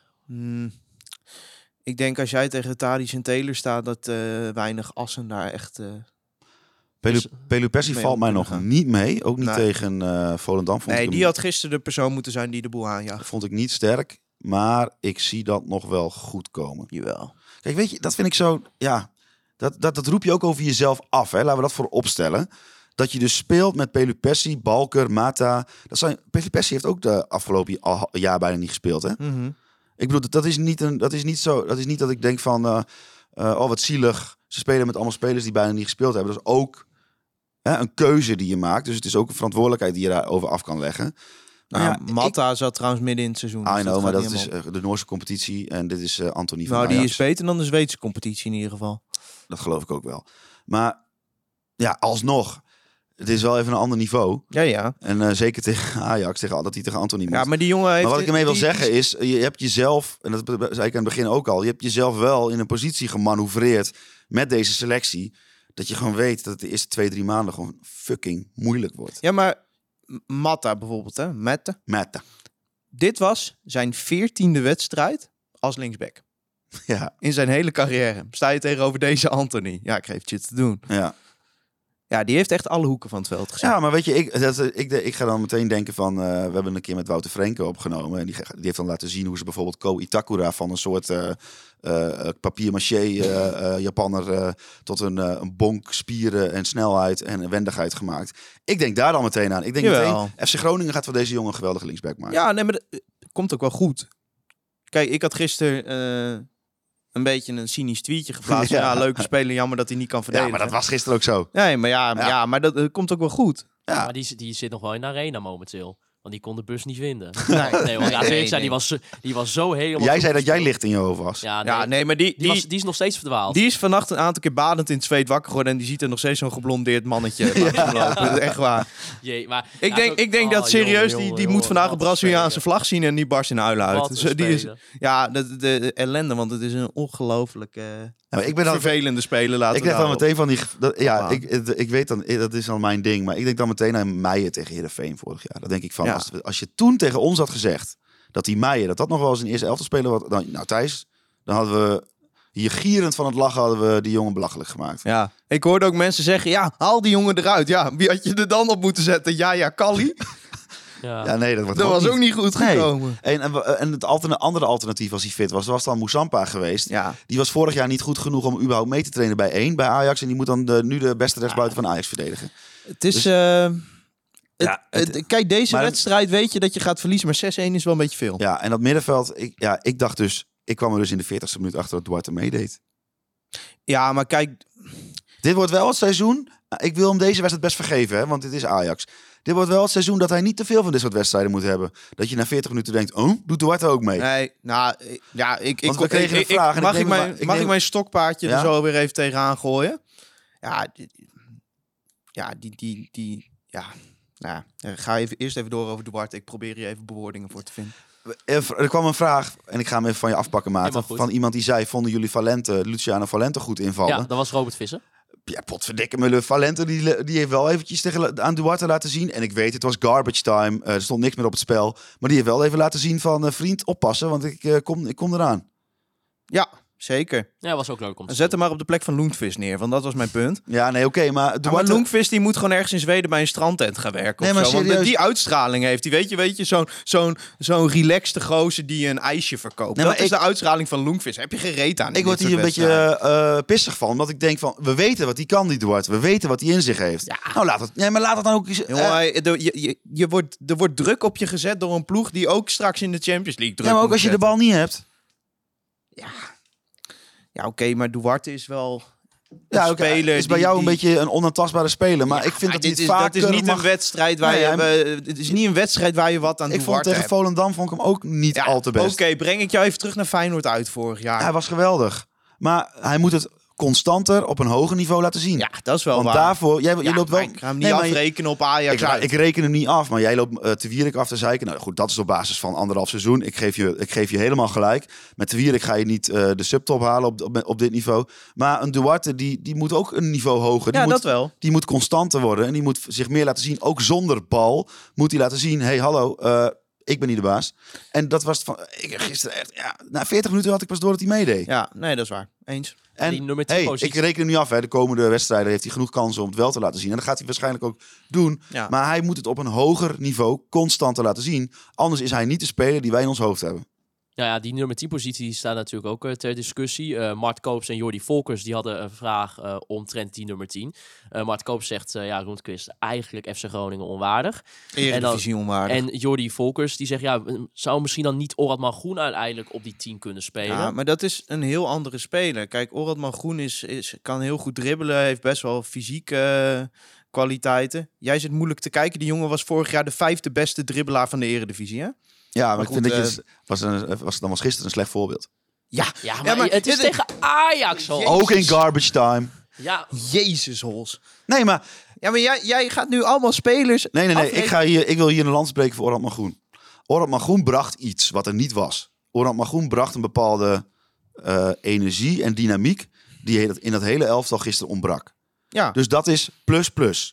Ik denk als jij tegen Tadic en Taylor staat, dat weinig assen daar echt... Pelupessi valt mij nog niet mee. Ook niet tegen Volendam. Die had gisteren de persoon moeten zijn die de boel aanjaagt. Vond ik niet sterk. Maar ik zie dat nog wel goed komen. Jawel. Kijk, weet je, dat vind ik zo... Ja, dat roep je ook over jezelf af. Hè? Laten we dat voor opstellen. Dat je dus speelt met Pelupessi, Balker, Mata. Pelupessi heeft ook de afgelopen jaar bijna niet gespeeld. Hè? Mm-hmm. Ik bedoel, dat is niet dat ik denk van... wat zielig. Ze spelen met allemaal spelers die bijna niet gespeeld hebben. Dat is ook een keuze die je maakt. Dus het is ook een verantwoordelijkheid die je daarover af kan leggen. Matta zat trouwens midden in het seizoen. I know, maar dat is de Noorse competitie. En dit is Anthony van Nou, Ajax. die is beter dan de Zweedse competitie in ieder geval. Dat geloof ik ook wel. Maar ja, alsnog. Het is wel even een ander niveau. Ja. En zeker tegen Ajax, dat hij tegen Anthony moet. Ja, maar die jongen heeft... Maar wat ik ermee wil zeggen is, je hebt jezelf, en dat zei ik aan het begin ook al, je hebt jezelf wel in een positie gemanoeuvreerd met deze selectie, dat je gewoon weet dat het de eerste 2-3 maanden gewoon fucking moeilijk wordt. Ja, maar Matta bijvoorbeeld, hè? Matta. Dit was zijn 14e wedstrijd als linksback. Ja. In zijn hele carrière. Sta je tegenover deze Anthony? Ja, ik geef het je te doen. Ja, die heeft echt alle hoeken van het veld gezien. Ja, maar weet je, ik ga dan meteen denken van... we hebben een keer met Wouter Frenke opgenomen. En die heeft dan laten zien hoe ze bijvoorbeeld Ko Itakura... van een soort papier-maché Japanner... tot een bonk, spieren en snelheid en wendigheid gemaakt. Ik denk daar dan meteen aan. Ik denk meteen, FC Groningen gaat van deze jongen een geweldige linksback maken. Ja, nee, maar dat komt ook wel goed. Kijk, ik had gisteren... een beetje een cynisch tweetje geplaatst. Ja, leuke speler, jammer dat hij niet kan verdedigen. Ja, maar dat was gisteren ook zo. Nee, maar maar dat komt ook wel goed. Ja. Maar die zit nog wel in de arena momenteel. Want die kon de bus niet vinden. Nee, die was zo helemaal... Jij zei dat jij licht in je hoofd was. Ja, maar die is nog steeds verdwaald. Die is vannacht een aantal keer badend in het zweet wakker geworden. En die ziet er nog steeds zo'n geblondeerd mannetje langs hem lopen. Dat is echt waar. Jee, maar ik denk dat serieus, die moet vandaag een Braziliaanse vlag zien en die barst in huilen uit. Dus die is, de ellende, want het is een ongelooflijk vervelende speler. Ik denk dan meteen van die... Ik weet dan, dat is dan mijn ding. Maar ik denk dan meteen aan Meijer tegen Heerenveen vorig jaar. Dan denk ik van, als je toen tegen ons had gezegd dat die Meijer, dat nog wel eens een eerste elftal speler was. Nou Thijs, dan hadden we hier gierend van het lachen hadden we die jongen belachelijk gemaakt. Ja, ik hoorde ook mensen zeggen, haal die jongen eruit. Ja, wie had je er dan op moeten zetten? Ja, Kalli. Ja, nee, dat was ook niet goed gekomen. En het andere alternatief als hij fit was dan Moussampa geweest. Ja. Die was vorig jaar niet goed genoeg om überhaupt mee te trainen bij Ajax. En die moet dan nu de beste rechtsbuiten van Ajax verdedigen. Het is... kijk, deze wedstrijd weet je dat je gaat verliezen, maar 6-1 is wel een beetje veel. Ja, en dat middenveld, ik dacht dus, ik kwam er dus in de 40ste minuut achter dat Duarte meedeed. Ja, maar kijk... Dit wordt wel het seizoen, ik wil hem deze wedstrijd best vergeven, hè, want dit is Ajax. Dit wordt wel het seizoen dat hij niet te veel van dit soort wedstrijden moet hebben. Dat je na 40 minuten denkt, doet Duarte ook mee? Nee, nou, ja, we kregen een vraag. Mag ik mijn stokpaardje er zo weer even tegenaan gooien? Ga eerst even door over Duarte. Ik probeer hier even bewoordingen voor te vinden. Er kwam een vraag, en ik ga hem even van je afpakken, Maarten. Van iemand die zei, vonden jullie Luciano Valente goed invallen? Ja, dat was Robert Visser. Ja, potverdikke mulle. Valente die heeft wel eventjes aan Duarte laten zien. En ik weet, het was garbage time. Er stond niks meer op het spel. Maar die heeft wel even laten zien van, vriend, oppassen. Want ik kom eraan. Zeker. Ja, was ook leuk om te Zet hem maar op de plek van Lundqvist neer, want dat was mijn punt. Ja, nee, oké, maar Maar Duarte... Lundqvist die moet gewoon ergens in Zweden bij een strandtent gaan werken. Nee, of maar zo. Want serieus. die uitstraling heeft hij. Weet je zo'n relaxte gozer die een ijsje verkoopt. Nee, Dat maar is de uitstraling van Lundqvist. Heb je geen reet aan. Ik word hier een beetje pissig van, omdat ik denk van, we weten wat hij kan, die Duarte. We weten wat hij in zich heeft. Ja. Nou, laat het dan ook eens... Er wordt druk op je gezet door een ploeg die ook straks in de Champions League druk ja, maar ook moet als je de zetten. bal niet hebt. Ja, oké, maar Duarte is wel... Ja, een oké, speler is bij die- jou een die- beetje een onaantastbare speler. Maar ik vind Maar dat dit hij is, het dat is vaker niet mag... een wedstrijd waar Nee, het is niet een wedstrijd waar je wat aan Ik vond Duarte tegen hebt. Volendam vond ik hem ook niet al te best. Oké, breng ik jou even terug naar Feyenoord uit vorig jaar. Hij was geweldig. Maar hij moet het constanter op een hoger niveau laten zien. Ja, dat is wel Want waar. daarvoor... je loopt wel... maar ik ga hem niet Nee, maar afrekenen op Ajax uit. Ik reken hem niet af, maar jij loopt Te Wierik af te zeiken. Nou goed, dat is op basis van 1,5 seizoen. Ik geef je helemaal gelijk. Met Te Wierik ga je niet de subtop halen op dit niveau. Maar een Duarte, die moet ook een niveau hoger. Die Ja, moet, dat wel. Die moet constanter worden en die moet zich meer laten zien. Ook zonder bal moet hij laten zien... hey, hallo, ik ben niet de baas. En dat was gisteren echt... Ja, na 40 minuten had ik pas door dat hij meedeed. Ja, nee, dat is waar. Eens. En Die nummer 10 hey, positie. ik reken hem niet af. Hè. De komende wedstrijden heeft hij genoeg kansen om het wel te laten zien. En dat gaat hij waarschijnlijk ook doen. Ja. Maar hij moet het op een hoger niveau constanter laten zien. Anders is hij niet de speler die wij in ons hoofd hebben. Nou ja, die nummer 10 positie die staat natuurlijk ook ter discussie. Mart Koops en Jordi Volkers die hadden een vraag omtrent die nummer 10. Mart Koops zegt, Lundqvist eigenlijk FC Groningen onwaardig. Eredivisie onwaardig. En Jordi Volkers die zegt, zou misschien dan niet Oratman Groen uiteindelijk op die 10 kunnen spelen? Ja, maar dat is een heel andere speler. Kijk, Oratman Groen kan heel goed dribbelen. Heeft best wel fysieke kwaliteiten. Jij zit moeilijk te kijken. Die jongen was vorig jaar de 5e beste dribbelaar van de Eredivisie, hè? Ja, maar ik goed, vind dat je... was gisteren een slecht voorbeeld. Ja, Ja, maar het is tegen Ajax al. Ook in garbage time. Ja, Jezus, Hols. Nee, maar... Ja, maar jij gaat nu allemaal spelers... Nee. afrekenen. Ik wil hier een land spreken voor Oratman Groen. Oratman Groen bracht iets wat er niet was. Oratman Groen bracht een bepaalde energie en dynamiek... die in dat hele elftal gisteren ontbrak. Ja. Dus dat is plus.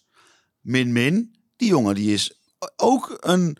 Min. Die jongen die is ook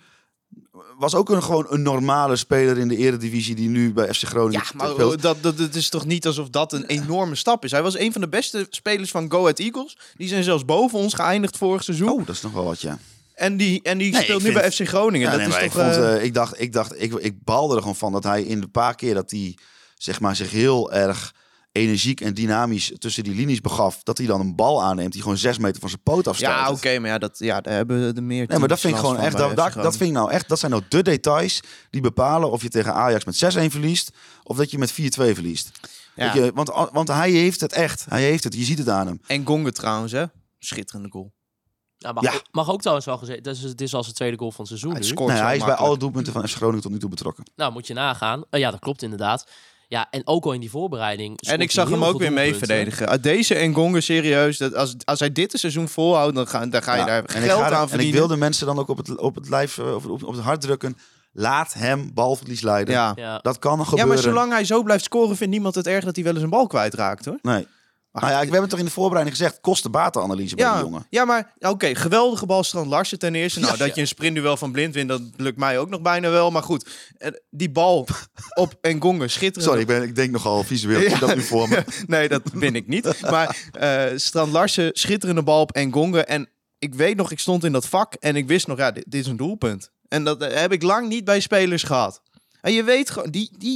gewoon een normale speler in de Eredivisie... die nu bij FC Groningen Ja, maar speelt. dat is toch niet alsof dat een enorme stap is. Hij was een van de beste spelers van Go Ahead Eagles. Die zijn zelfs boven ons geëindigd vorig seizoen. Oh, dat is nog wel wat, ja. En die speelt ik nu bij vind- FC Groningen. Ja, Dat nee, is maar toch... ik baalde er gewoon van dat hij in de paar keer dat hij zeg maar zich heel erg energiek en dynamisch tussen die linies begaf, dat hij dan een bal aanneemt die gewoon 6 meter van zijn poot afstoot. Ja, oké, maar daar hebben we de meer. Nee, maar dat vind ik gewoon echt. Dat vind ik nou echt. Dat zijn nou de details die bepalen of je tegen Ajax met 6-1 verliest of dat je met 4-2 verliest. Ja. Weet je, want hij heeft het echt. Hij heeft het. Je ziet het aan hem. En Gonga trouwens, hè? Schitterende goal. Ja, Ja. mag ook trouwens wel gezegd. Het is al zijn tweede goal van het seizoen Hij nu. scoort Nee, zo hij is bij makkelijk. alle doelpunten van FC Groningen tot nu toe betrokken. Nou, moet je nagaan. Ja, dat klopt inderdaad. Ja, en ook al in die voorbereiding. En ik zag hem ook weer mee verdedigen. Deze en Gonga, serieus. Als hij dit seizoen volhoudt, dan ga je daar en geld aan en ik verdienen. wilde mensen dan ook op het lijf, op het hart drukken. Laat hem balverlies leiden. Ja. Ja. Dat kan nog Ja, gebeuren. maar zolang hij zo blijft scoren, vindt niemand het erg dat hij wel eens een bal kwijtraakt, hoor. Nee. Nou ja, we hebben toch in de voorbereiding gezegd, kosten-batenanalyse bij die jongen. Ja, maar oké, geweldige bal Strand Larsen ten eerste. Nou, Ja, dat ja. je een sprintduel van Blind wint, dat lukt mij ook nog bijna wel. Maar goed, die bal op Engonga, schitterend. Sorry, ik denk nogal visueel. Ik zie dat nu voor me. Nee, dat ben ik niet. Maar Strand Larsen, schitterende bal op Engonga. En ik weet nog, ik stond in dat vak en ik wist nog, ja, dit is een doelpunt. En dat heb ik lang niet bij spelers gehad. En je weet gewoon,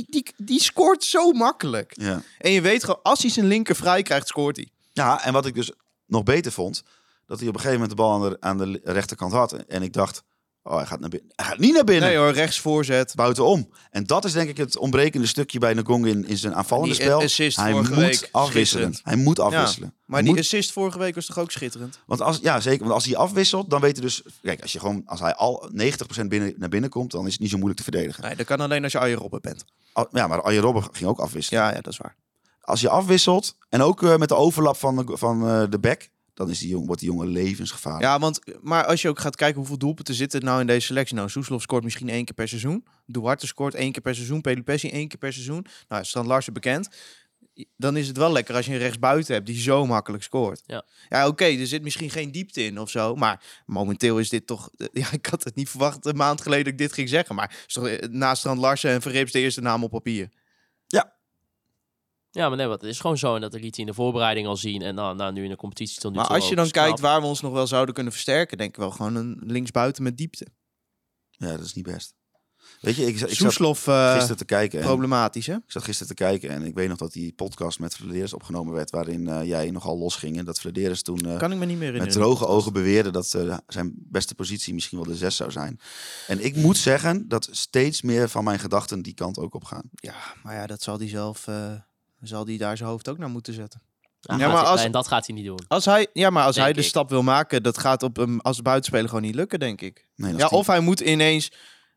die scoort zo makkelijk. Ja. En je weet gewoon, als hij zijn linker vrij krijgt, scoort hij. Ja, en wat ik dus nog beter vond, dat hij op een gegeven moment de bal aan de rechterkant had. En ik dacht, oh, hij gaat naar binnen. Hij gaat niet naar binnen. Nee hoor, rechts voorzet. Buitenom. En dat is denk ik het ontbrekende stukje bij Ngong in zijn aanvallende Die spel. assist Hij vorige moet week, afwisselen. schitterend. Hij moet afwisselen. Maar Hij die moet- assist vorige week was toch ook schitterend? zeker. Want als hij afwisselt, dan weet je dus... Kijk, als hij al 90% naar binnen komt, dan is het niet zo moeilijk te verdedigen. Nee, dat kan alleen als je Arjen Robben bent. Ja, maar Arjen Robben ging ook afwisselen. Ja, dat is waar. Als je afwisselt, en ook met de overlap van de back, dan is wordt die jongen levensgevaarlijk. Ja, maar als je ook gaat kijken hoeveel doelpunten zitten nou in deze selectie. Nou, Soeslof scoort misschien 1 keer per seizoen. Duarte scoort 1 keer per seizoen. Pelupessi 1 keer per seizoen. Nou, Strand Larsen bekend. Dan is het wel lekker als je een rechtsbuiten hebt die zo makkelijk scoort. Ja, oké, er zit misschien geen diepte in of zo. Maar momenteel is dit toch... Ja, ik had het niet verwacht een maand geleden dat ik dit ging zeggen. Maar is toch naast Strand Larsen en Verrips de eerste naam op papier. Ja. Ja, maar nee, wat het is gewoon zo. En dat liet hij in de voorbereiding al zien. En dan nu in de competitie tot nu Maar toe als je ook. dan Dus knap. kijkt waar we ons nog wel zouden kunnen versterken, denk ik wel gewoon een linksbuiten met diepte. Ja, dat is niet best. Weet je, ik zat Soeslof gisteren te kijken. En problematisch, hè? ik zat gisteren te kijken en ik weet nog dat die podcast met Vladeris opgenomen werd, waarin jij nogal losging. En dat Vladeris toen Kan ik me niet meer met herinneren. droge ogen beweerde dat zijn beste positie misschien wel de 6 zou zijn. En ik moet zeggen dat steeds meer van mijn gedachten die kant ook op gaan. Ja, maar ja, dat zal hij zelf... zal hij daar zijn hoofd ook naar moeten zetten. Ja, Ja, maar als- en dat gaat hij niet doen. Als hij Denk de ik. stap wil maken, dat gaat op hem als buitenspeler gewoon niet lukken, denk ik. Nee, dat Ja, is die- of hij moet ineens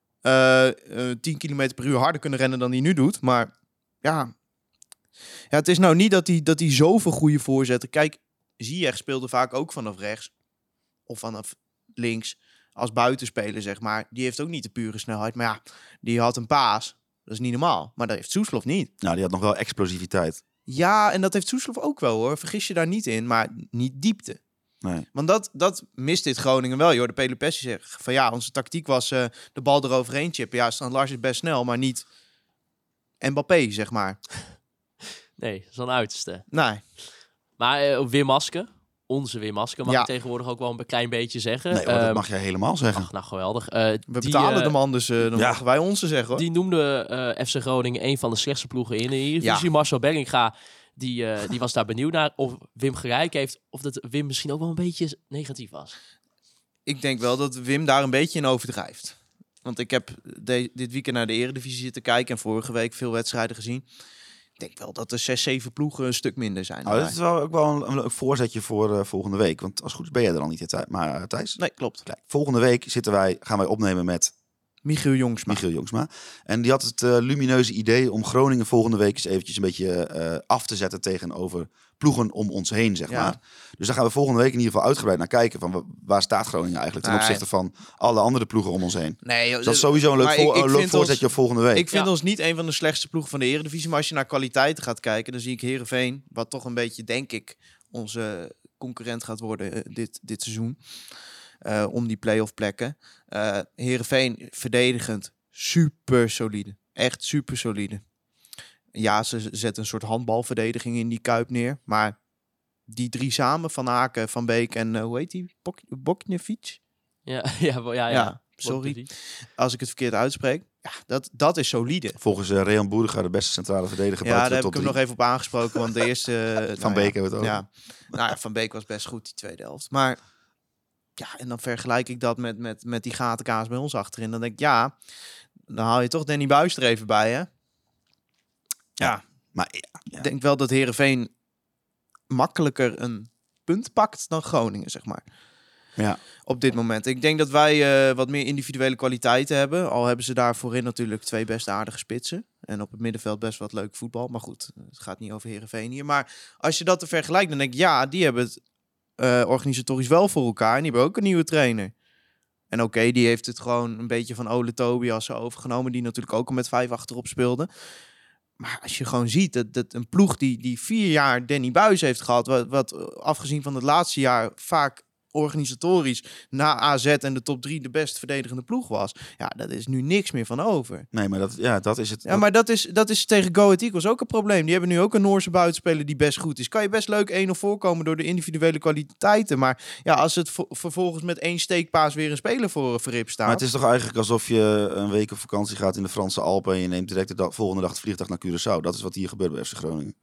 10 km per uur harder kunnen rennen dan hij nu doet. Maar ja, het is nou niet dat hij zoveel goede voorzetten... Kijk, Ziyech speelde vaak ook vanaf rechts of vanaf links als buitenspeler, zeg maar. Die heeft ook niet de pure snelheid. Maar ja, die had een paas. Dat is niet normaal. Maar dat heeft Soeslof niet. Nou, die had nog wel explosiviteit. Ja, en dat heeft Soeslof ook wel, hoor. Vergis je daar niet in, maar niet diepte. Nee. Want dat mist dit Groningen wel. Je hoorde Pele Pessi zeggen van ja, onze tactiek was de bal eroverheen chippen. Ja, Stan Lars is best snel, maar niet Mbappé, zeg maar. Nee, dat is een uiterste. Nee. Maar Wim Maske, onze Wim Maske, mag Ja. ik tegenwoordig ook wel een klein beetje zeggen. Nee, hoor, dat mag jij helemaal zeggen. Ach, nou, geweldig. We betalen de man, dus dan ja. mogen wij onze zeggen, hoor. Die noemde FC Groningen een van de slechtste ploegen in de Eredivisie. Ja. Marcel Bellinga, die was daar benieuwd naar of Wim gelijk heeft. Of dat Wim misschien ook wel een beetje negatief was. Ik denk wel dat Wim daar een beetje in overdrijft. Want ik heb dit weekend naar de Eredivisie zitten kijken en vorige week veel wedstrijden gezien. Ik denk wel dat er 6, 7 ploegen een stuk minder zijn. Nou, dat is wel ook wel een leuk voorzetje voor volgende week. Want als het goed is ben jij er al niet, maar Thijs? Nee, klopt. Kijk, volgende week gaan wij opnemen met Michiel Jongsma. Michiel Jongsma. En die had het lumineuze idee om Groningen volgende week eens eventjes een beetje af te zetten tegenover ploegen om ons heen, zeg Ja. maar. Dus daar gaan we volgende week in ieder geval uitgebreid naar kijken van waar staat Groningen eigenlijk ten Nee. opzichte van alle andere ploegen om ons heen. Nee, Dus dat is sowieso een leuk, maar ik leuk vind voorzetje op volgende week. Ik vind Ja. ons niet een van de slechtste ploegen van de Eredivisie. Maar als je naar kwaliteiten gaat kijken, dan zie ik Heerenveen, wat toch een beetje, denk ik, onze concurrent gaat worden dit seizoen. Om die play-off plekken. Heerenveen verdedigend super solide. Echt super solide. Ja, ze zetten een soort handbalverdediging in die Kuip neer. Maar die 3 samen, Van Aken, Van Beek en hoe heet die? Boknevic? Ja, Sorry. Sorry. Als ik het verkeerd uitspreek. Ja, dat is solide. Volgens Rehan Boerga de beste centrale verdediger Ja, daar buiten heb de ik top hem 3. nog even op aangesproken. Want de eerste... Van Beek hebben we het over. Ja, nou ja, Van Beek was best goed die tweede helft. Maar ja, en dan vergelijk ik dat met die gatenkaas bij ons achterin. Dan denk ik, ja, dan haal je toch Danny Buijs er even bij, hè? Ja, Maar ik denk wel dat Heerenveen makkelijker een punt pakt dan Groningen, zeg maar. ja. Op dit moment. Ik denk dat wij wat meer individuele kwaliteiten hebben. Al hebben ze daar voorin natuurlijk 2 best aardige spitsen. En op het middenveld best wat leuk voetbal. Maar goed, het gaat niet over Heerenveen hier. Maar als je dat te vergelijkt, dan denk ik, ja, die hebben het organisatorisch wel voor elkaar. En die hebben ook een nieuwe trainer. En oké, die heeft het gewoon een beetje van Ole Tobias overgenomen. Die natuurlijk ook al met 5 achterop speelde. Maar als je gewoon ziet dat een ploeg die 4 jaar Danny Buijs heeft gehad. Wat afgezien van het laatste jaar vaak organisatorisch na AZ en de top 3 de best verdedigende ploeg was. Ja, daar is nu niks meer van over. Nee, maar dat is het. Ja, maar dat is tegen Go Ahead Eagles ook een probleem. Die hebben nu ook een Noorse buitenspeler die best goed is. Kan je best leuk 1-0 voorkomen door de individuele kwaliteiten. Maar ja, als het vervolgens met 1 steekpaas weer een speler voor verrip staat. Maar het is toch eigenlijk alsof je een week op vakantie gaat in de Franse Alpen en je neemt direct de volgende dag het vliegtuig naar Curaçao. Dat is wat hier gebeurt bij FC Groningen.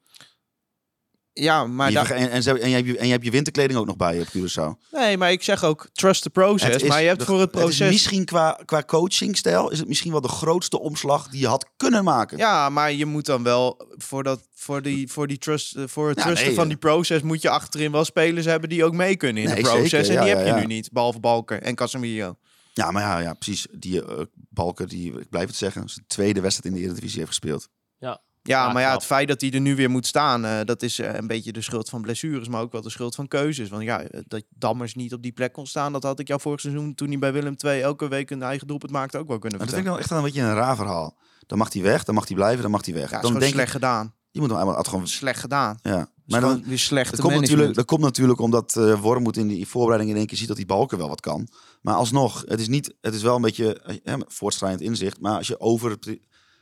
Ja, maar En je hebt je winterkleding ook nog bij je op Curaçao. nee, maar ik zeg ook trust the process. Maar je hebt voor het proces... Het is misschien qua coachingstijl is het misschien wel de grootste omslag die je had kunnen maken. Ja, maar je moet dan wel voor het trusten van die proces moet je achterin wel spelers hebben die ook mee kunnen in de proces. Zeker, en die ja, heb je ja. nu niet, behalve Balker en Casemiro. Ja, maar ja, precies. Die Balker, die, ik blijf het zeggen, zijn tweede wedstrijd in de Eredivisie heeft gespeeld. Ja, maar ja, knap. het feit dat hij er nu weer moet staan, dat is een beetje de schuld van blessures, maar ook wel de schuld van keuzes. Want ja, dat Dammers niet op die plek kon staan, dat had ik jou vorig seizoen, toen hij bij Willem II elke week een eigen doelpunt maakte, ook wel kunnen Maar dat vind vertellen. ik nou echt een beetje een raar verhaal. Dan mag hij weg, dan mag hij blijven, dan mag hij weg. Ja, dat is Dan gewoon denk slecht ik, gedaan. je moet hem allemaal gewoon... Slecht gedaan. Ja. Maar Maar dan, weer slechte dat komt natuurlijk omdat Wormoed in die voorbereiding in één keer ziet dat die Balken wel wat kan. Maar alsnog, het is wel een beetje voortschrijdend inzicht. Maar als je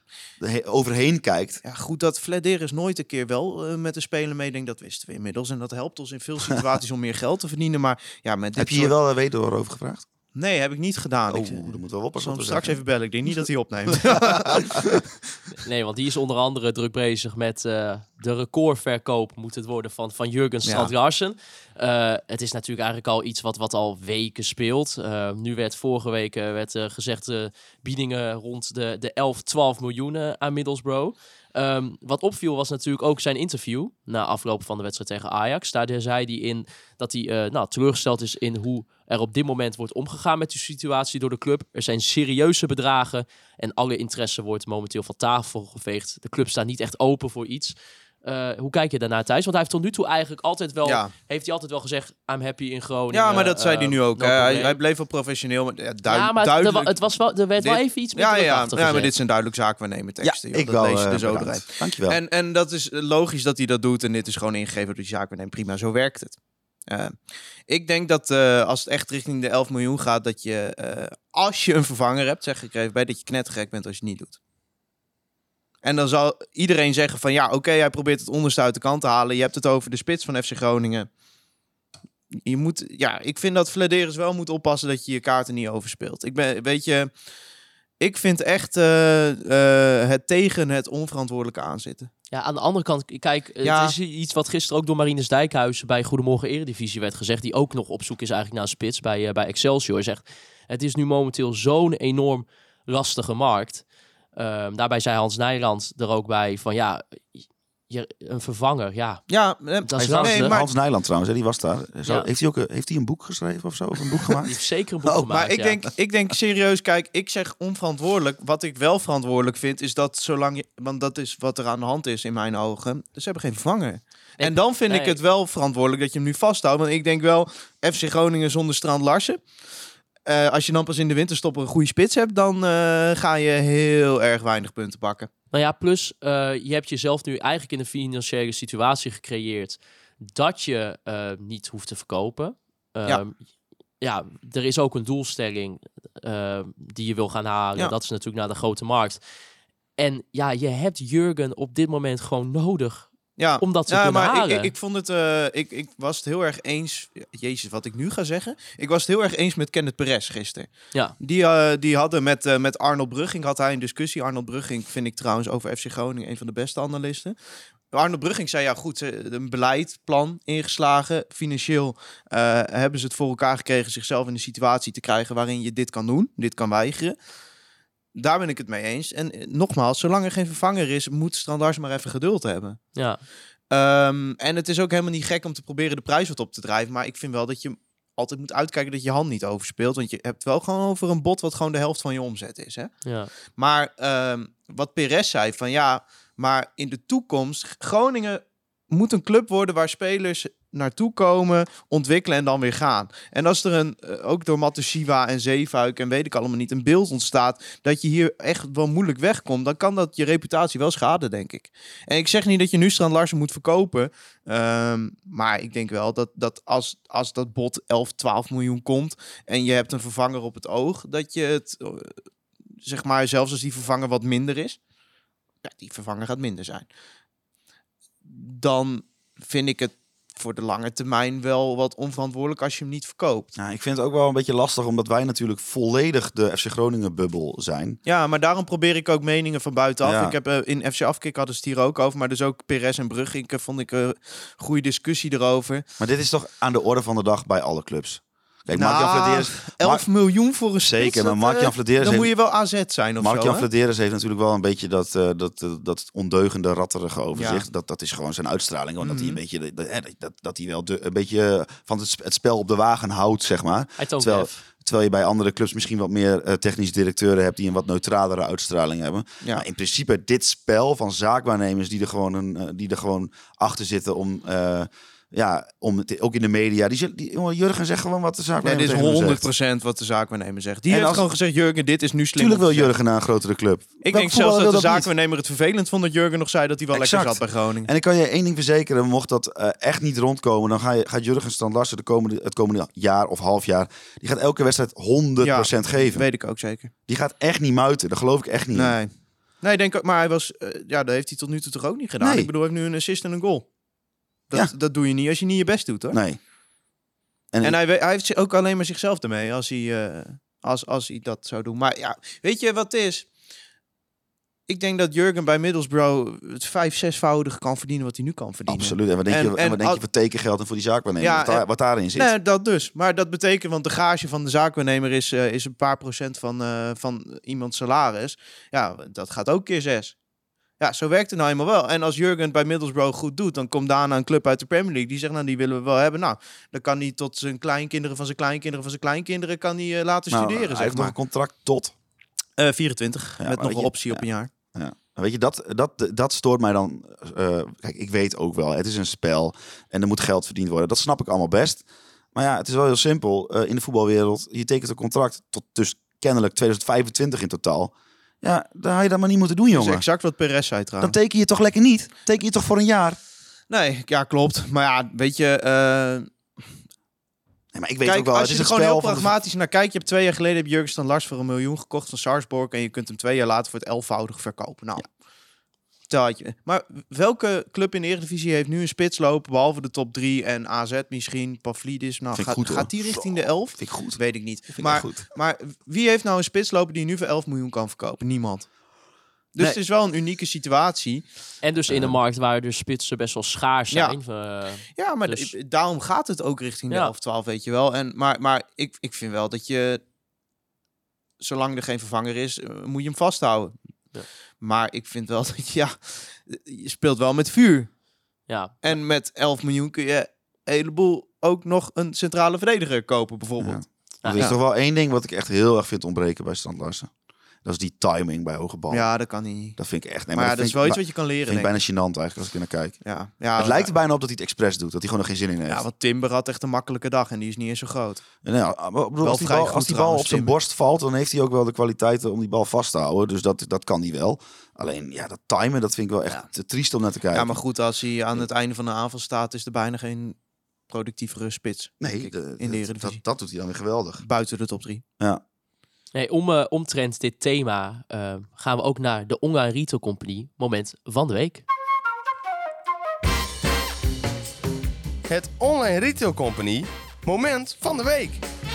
overheen kijkt. Ja, goed dat Flederis nooit een keer wel met de speler meedenkt. Dat wisten we inmiddels. En dat helpt ons in veel situaties om meer geld te verdienen. Maar ja, met dit Heb je hier wel wederhoor over gevraagd? Nee, heb ik niet gedaan. Oh, Ik dat moet wel oppassen. zal hem wat we straks zeggen. even bellen. Ik denk niet dat hij opneemt. Nee, want die is onder andere druk bezig met de recordverkoop, moet het worden, van Jurgen Strand Larsen. Het is natuurlijk eigenlijk al iets wat al weken speelt. Nu werd vorige week gezegd biedingen rond de 11-12 miljoen aan Middlesbrough. Wat opviel was natuurlijk ook zijn interview na afloop van de wedstrijd tegen Ajax. Daar zei hij in dat hij teleurgesteld is in hoe er op dit moment wordt omgegaan met die situatie door de club. Er zijn serieuze bedragen en alle interesse wordt momenteel van tafel geveegd. De club staat niet echt open voor iets. Hoe kijk je daarnaar, Thijs? Want hij heeft tot nu toe eigenlijk altijd wel, heeft hij altijd wel gezegd, I'm happy in Groningen. Ja, maar dat zei hij nu ook. no hij bleef wel professioneel. Maar duidelijk. Het was wel, er werd wel even iets meer druk achter maar gezet. dit zijn duidelijk zaakwaarnemer teksten. Ja, ik dat wel. lees je er zo bedankt. eruit. Dankjewel. En dat is logisch dat hij dat doet. En dit is gewoon ingegeven door die zaakwaarnemer. Prima, zo werkt het. Ik denk dat als het echt richting de 11 miljoen gaat, dat je, als je een vervanger hebt, zeg ik er even bij, dat je knettergek bent als je het niet doet. En dan zal iedereen zeggen van ja, oké, hij probeert het onderste uit de kant te halen. Je hebt het over de spits van FC Groningen. Ik vind dat Flederis wel moet oppassen dat je je kaarten niet overspeelt. Ik vind echt het tegen het onverantwoordelijke aanzitten. Ja, aan de andere kant, kijk, het is iets wat gisteren ook door Marinus Dijkhuizen bij Goedemorgen Eredivisie werd gezegd, die ook nog op zoek is eigenlijk naar een spits bij Excelsior. Zegt, het is nu momenteel zo'n enorm lastige markt. Daarbij zei Hans Nijland er ook bij van een vervanger, dat is lastig. Hans Nijland trouwens, die was daar. Heeft hij een boek geschreven of zo? Of een boek gemaakt? Die heeft zeker een boek gemaakt. Maar ik denk serieus, kijk, ik zeg onverantwoordelijk. Wat ik wel verantwoordelijk vind, is dat want dat is wat er aan de hand is in mijn ogen. Ze hebben geen vervanger. En dan vind ik het wel verantwoordelijk dat je hem nu vasthoudt. Want ik denk wel, FC Groningen zonder Strand Larsen. Als je dan pas in de winterstop een goede spits hebt, dan ga je heel erg weinig punten pakken. Nou ja, plus je hebt jezelf nu eigenlijk in een financiële situatie gecreëerd dat je niet hoeft te verkopen. Er is ook een doelstelling die je wil gaan halen. Ja. Dat is natuurlijk naar de grote markt. En ja, je hebt Jurgen op dit moment gewoon nodig. Ja, om dat te kunnen halen. Ik vond het... Ik was het heel erg eens... Jezus, wat ik nu ga zeggen. Ik was het heel erg eens met Kenneth Perez gisteren. Ja. Die hadden met Arnold Brugging... had hij een discussie. Arnold Brugging vind ik trouwens over FC Groningen... een van de beste analisten. Arnold Brugging zei, ja goed, een beleidplan ingeslagen. Financieel hebben ze het voor elkaar gekregen... zichzelf in een situatie te krijgen... waarin je dit kan doen, dit kan weigeren. Daar ben ik het mee eens. En nogmaals, zolang er geen vervanger is, moet Strand Larsen maar even geduld hebben. Ja. En het is ook helemaal niet gek om te proberen de prijs wat op te drijven. Maar ik vind wel dat je altijd moet uitkijken dat je hand niet overspeelt. Want je hebt wel gewoon over een bod wat gewoon de helft van je omzet is. Hè? Ja. Maar wat Perez zei van maar in de toekomst, Groningen moet een club worden waar spelers naartoe komen, ontwikkelen en dan weer gaan. En als er ook door Matusiwa en Zeefuik en weet ik allemaal niet, een beeld ontstaat dat je hier echt wel moeilijk wegkomt, dan kan dat je reputatie wel schaden, denk ik. En ik zeg niet dat je nu Strand Larsen moet verkopen, maar ik denk wel dat als dat bod 11-12 miljoen komt en je hebt een vervanger op het oog, dat je het, zeg maar, zelfs als die vervanger wat minder is, die vervanger gaat minder zijn, dan vind ik het voor de lange termijn wel wat onverantwoordelijk als je hem niet verkoopt. Nou, ik vind het ook wel een beetje lastig, omdat wij natuurlijk volledig de FC Groningen-bubbel zijn. Ja, maar daarom probeer ik ook meningen van buitenaf. Ja. Ik heb in FC Afkick hadden ze het hier ook over, maar dus ook Perez en Brugging vond ik een goede discussie erover. Maar dit is toch aan de orde van de dag bij alle clubs? Kijk, Mark-Jan Flederis... 11 miljoen voor een spits. Zeker, maar Mark-Jan Flederis... Dan moet je wel AZ zijn of zo. Mark-Jan Flederis heeft natuurlijk wel een beetje dat ondeugende, ratterige overzicht. Ja. Dat is gewoon zijn uitstraling. Mm-hmm. Dat hij een beetje... Dat hij wel een beetje van het spel op de wagen houdt, zeg maar. Terwijl je bij andere clubs misschien wat meer technische directeuren hebt die een wat neutralere uitstraling hebben. Ja. Maar in principe dit spel van zaakwaarnemers die er gewoon achter zitten om... ook in de media. Jurgen zegt gewoon wat de zaakwaarnemer zegt. Dit is 100% wat de zaakwaarnemer zegt. Die heeft gewoon gezegd, Jurgen, dit is nu slim. Tuurlijk wil Jurgen naar een grotere club. Ik denk zelfs dat de zaakwaarnemer het vervelend vond dat Jurgen nog zei dat hij wel lekker zat bij Groningen. En ik kan je één ding verzekeren, mocht dat echt niet rondkomen, dan gaat Jurgen Strand Larsen het komende jaar of half jaar, die gaat elke wedstrijd 100% geven. Weet ik ook zeker. Die gaat echt niet muiten, dat geloof ik echt niet. Nee. Nee, ik denk ook, maar hij was, dat heeft hij tot nu toe toch ook niet gedaan. Nee. Ik bedoel, hij heeft nu een assist en een goal. Ja. Dat doe je niet als je niet je best doet, hoor. Nee. En hij heeft ook alleen maar zichzelf ermee als hij dat zou doen. Maar ja, weet je wat het is? Ik denk dat Jurgen bij Middlesbrough het 5-6voudige kan verdienen wat hij nu kan verdienen. Absoluut. En wat denk je voor tekengeld en voor die zaakwaarnemer? Ja, wat daarin zit? Nee, dat dus. Maar dat betekent, want de gage van de zaakwaarnemer is een paar procent van iemands salaris. Ja, dat gaat ook keer 6. Ja, zo werkt het nou eenmaal wel. En als Jurgen het bij Middlesbrough goed doet, dan komt daarna een club uit de Premier League die zegt, nou, die willen we wel hebben. Nou, dan kan hij tot zijn kleinkinderen van zijn kleinkinderen van zijn kleinkinderen kan hij laten studeren. Hij Zeg heeft nog maar. een contract tot 24, Ja, met maar nog weet een je, optie op een jaar. Ja. Weet je, dat stoort mij dan. Kijk, ik weet ook wel, het is een spel en er moet geld verdiend worden. Dat snap ik allemaal best. Maar ja, het is wel heel simpel. In de voetbalwereld, je tekent een contract tot dus kennelijk 2025 in totaal. Ja, dan had je dat maar niet moeten doen, Dat is jongen. exact wat Perez zei Dan trouwens. teken je toch lekker niet? Teken je toch voor een jaar? Nee, ja, klopt. Maar ja, weet je... Nee, maar ik weet Kijk, ook wel, als het je is er het gewoon spel heel van de... pragmatisch naar kijkt. Je hebt 2 jaar geleden heb Jurgen Lars voor 1 miljoen gekocht van Sarpsborg. En je kunt hem 2 jaar later voor het 11voudige verkopen. Nou, maar welke club in de Eredivisie heeft nu een spits lopen, behalve de top 3 en AZ misschien, Pavlidis? Nou, Vind ik goed, hoor. gaat die richting de 11? Vind ik goed. Weet ik niet. Vind ik Maar, echt goed. maar wie heeft nou een spits lopen die je nu voor 11 miljoen kan verkopen? Niemand. Dus Nee. het is wel een unieke situatie. En dus in de markt waar de spitsen best wel schaars Ja. zijn. Ja, maar Dus- daarom gaat het ook richting de Ja. 11, 12, weet je wel. Maar ik vind wel dat je, zolang er geen vervanger is, moet je hem vasthouden. Ja. Maar ik vind wel dat je speelt wel met vuur. Ja, En met 11 miljoen kun je een heleboel ook nog een centrale verdediger kopen, bijvoorbeeld. Er is toch wel één ding wat ik echt heel erg vind ontbreken bij Strand Larsen. Dat is die timing bij hoge bal. Ja, dat kan hij niet. Dat vind ik echt... Nee, Maar ja, dat dat is vind wel ik- iets wat je kan leren, vind ik denk bijna gênant eigenlijk als ik er naar kijk. Ja, Het lijkt er bijna op dat hij het expres doet. Dat hij gewoon nog geen zin in heeft. Ja, want Timber had echt een makkelijke dag en die is niet eens zo groot. En ja, maar ik bedoel, Wel als die vrij bal, goed als die bal trouwens, op zijn Timber. borst valt, dan heeft hij ook wel de kwaliteiten om die bal vast te houden. Dus dat kan hij wel. Alleen, ja, dat timen, dat vind ik wel echt te triest om naar te kijken. Ja, maar goed, als hij aan het einde van de aanval staat, is er bijna geen productievere spits. nee, denk ik, in de Eredivisie. dat doet hij dan weer geweldig. Buiten de top 3. Ja. nee, omtrent dit thema gaan we ook naar de Online Retail Company. Moment van de week. Het Online Retail Company moment van de week.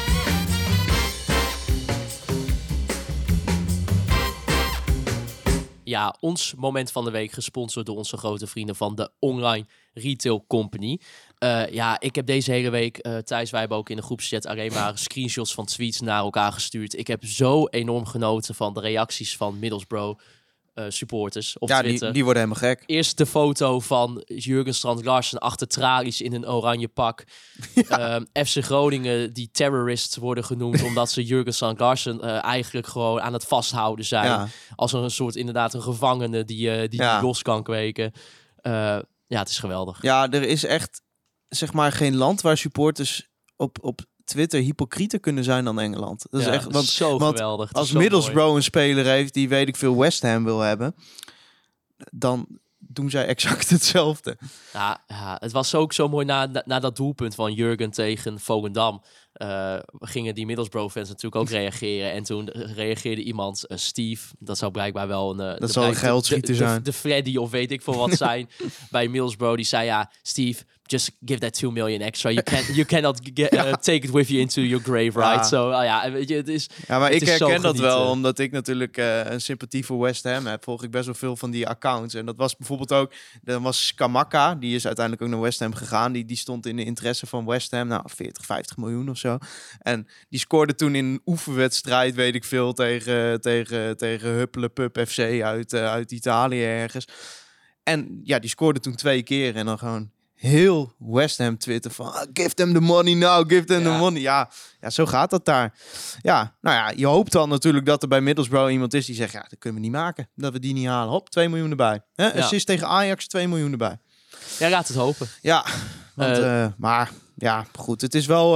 Ja, ons moment van de week gesponsord door onze grote vrienden van de Online Retail Company. Ja, ik heb deze hele week, Thijs, wij hebben ook in de groepschat alleen maar screenshots van tweets naar elkaar gestuurd. Ik heb zo enorm genoten van de reacties van Middlesbrough supporters op Ja, Twitter. die worden helemaal gek. Eerst de foto van Jurgen Strand Larsen achter tralies in een oranje pak. FC Groningen die terrorists worden genoemd omdat ze Jurgen Strand Larsen eigenlijk gewoon aan het vasthouden zijn. Ja. Als een soort inderdaad een gevangene die los kan kweken. Ja, het is geweldig. Ja, er is echt, zeg maar, geen land waar supporters op Twitter hypocrieter kunnen zijn dan Engeland. Dat is Ja, echt, want zo geweldig. Het is als zo mooi. Middlesbrough een speler heeft die, weet ik veel, West Ham wil hebben, dan doen zij exact hetzelfde. Ja, het was ook zo mooi na dat doelpunt van Jurgen tegen Volendam. Gingen die Middlesbrough-fans natuurlijk ook reageren. En toen reageerde iemand, Steve, dat zou blijkbaar wel een... zal een geldschieter zijn. De Freddy of weet ik veel wat zijn bij Middlesbrough. Die zei, ja, Steve, just give that 2 million extra. You cannot take it with you into your grave, right? Zo, weet je, het is... Ja, maar het ik is zo herken dat wel, genieten. omdat ik natuurlijk een sympathie voor West Ham heb. Volg ik best wel veel van die accounts. En dat was bijvoorbeeld ook, dan was Skamaka, die is uiteindelijk ook naar West Ham gegaan. Die stond in de interesse van West Ham, nou 40, 50 miljoen of zo. En die scoorde toen in een oefenwedstrijd, weet ik veel, tegen Huppelepup FC uit Italië ergens. En ja, die scoorde toen 2 keer en dan gewoon heel West Ham Twitter van give them the money now, give them the money. Ja, zo gaat dat daar. Ja, nou ja, je hoopt dan natuurlijk dat er bij Middlesbrough iemand is die zegt, ja, dat kunnen we niet maken. Dat we die niet halen. Hop, 2 miljoen erbij. Assist tegen Ajax, 2 miljoen erbij. Ja, laat het hopen. Ja, want, maar ja, goed. Het is wel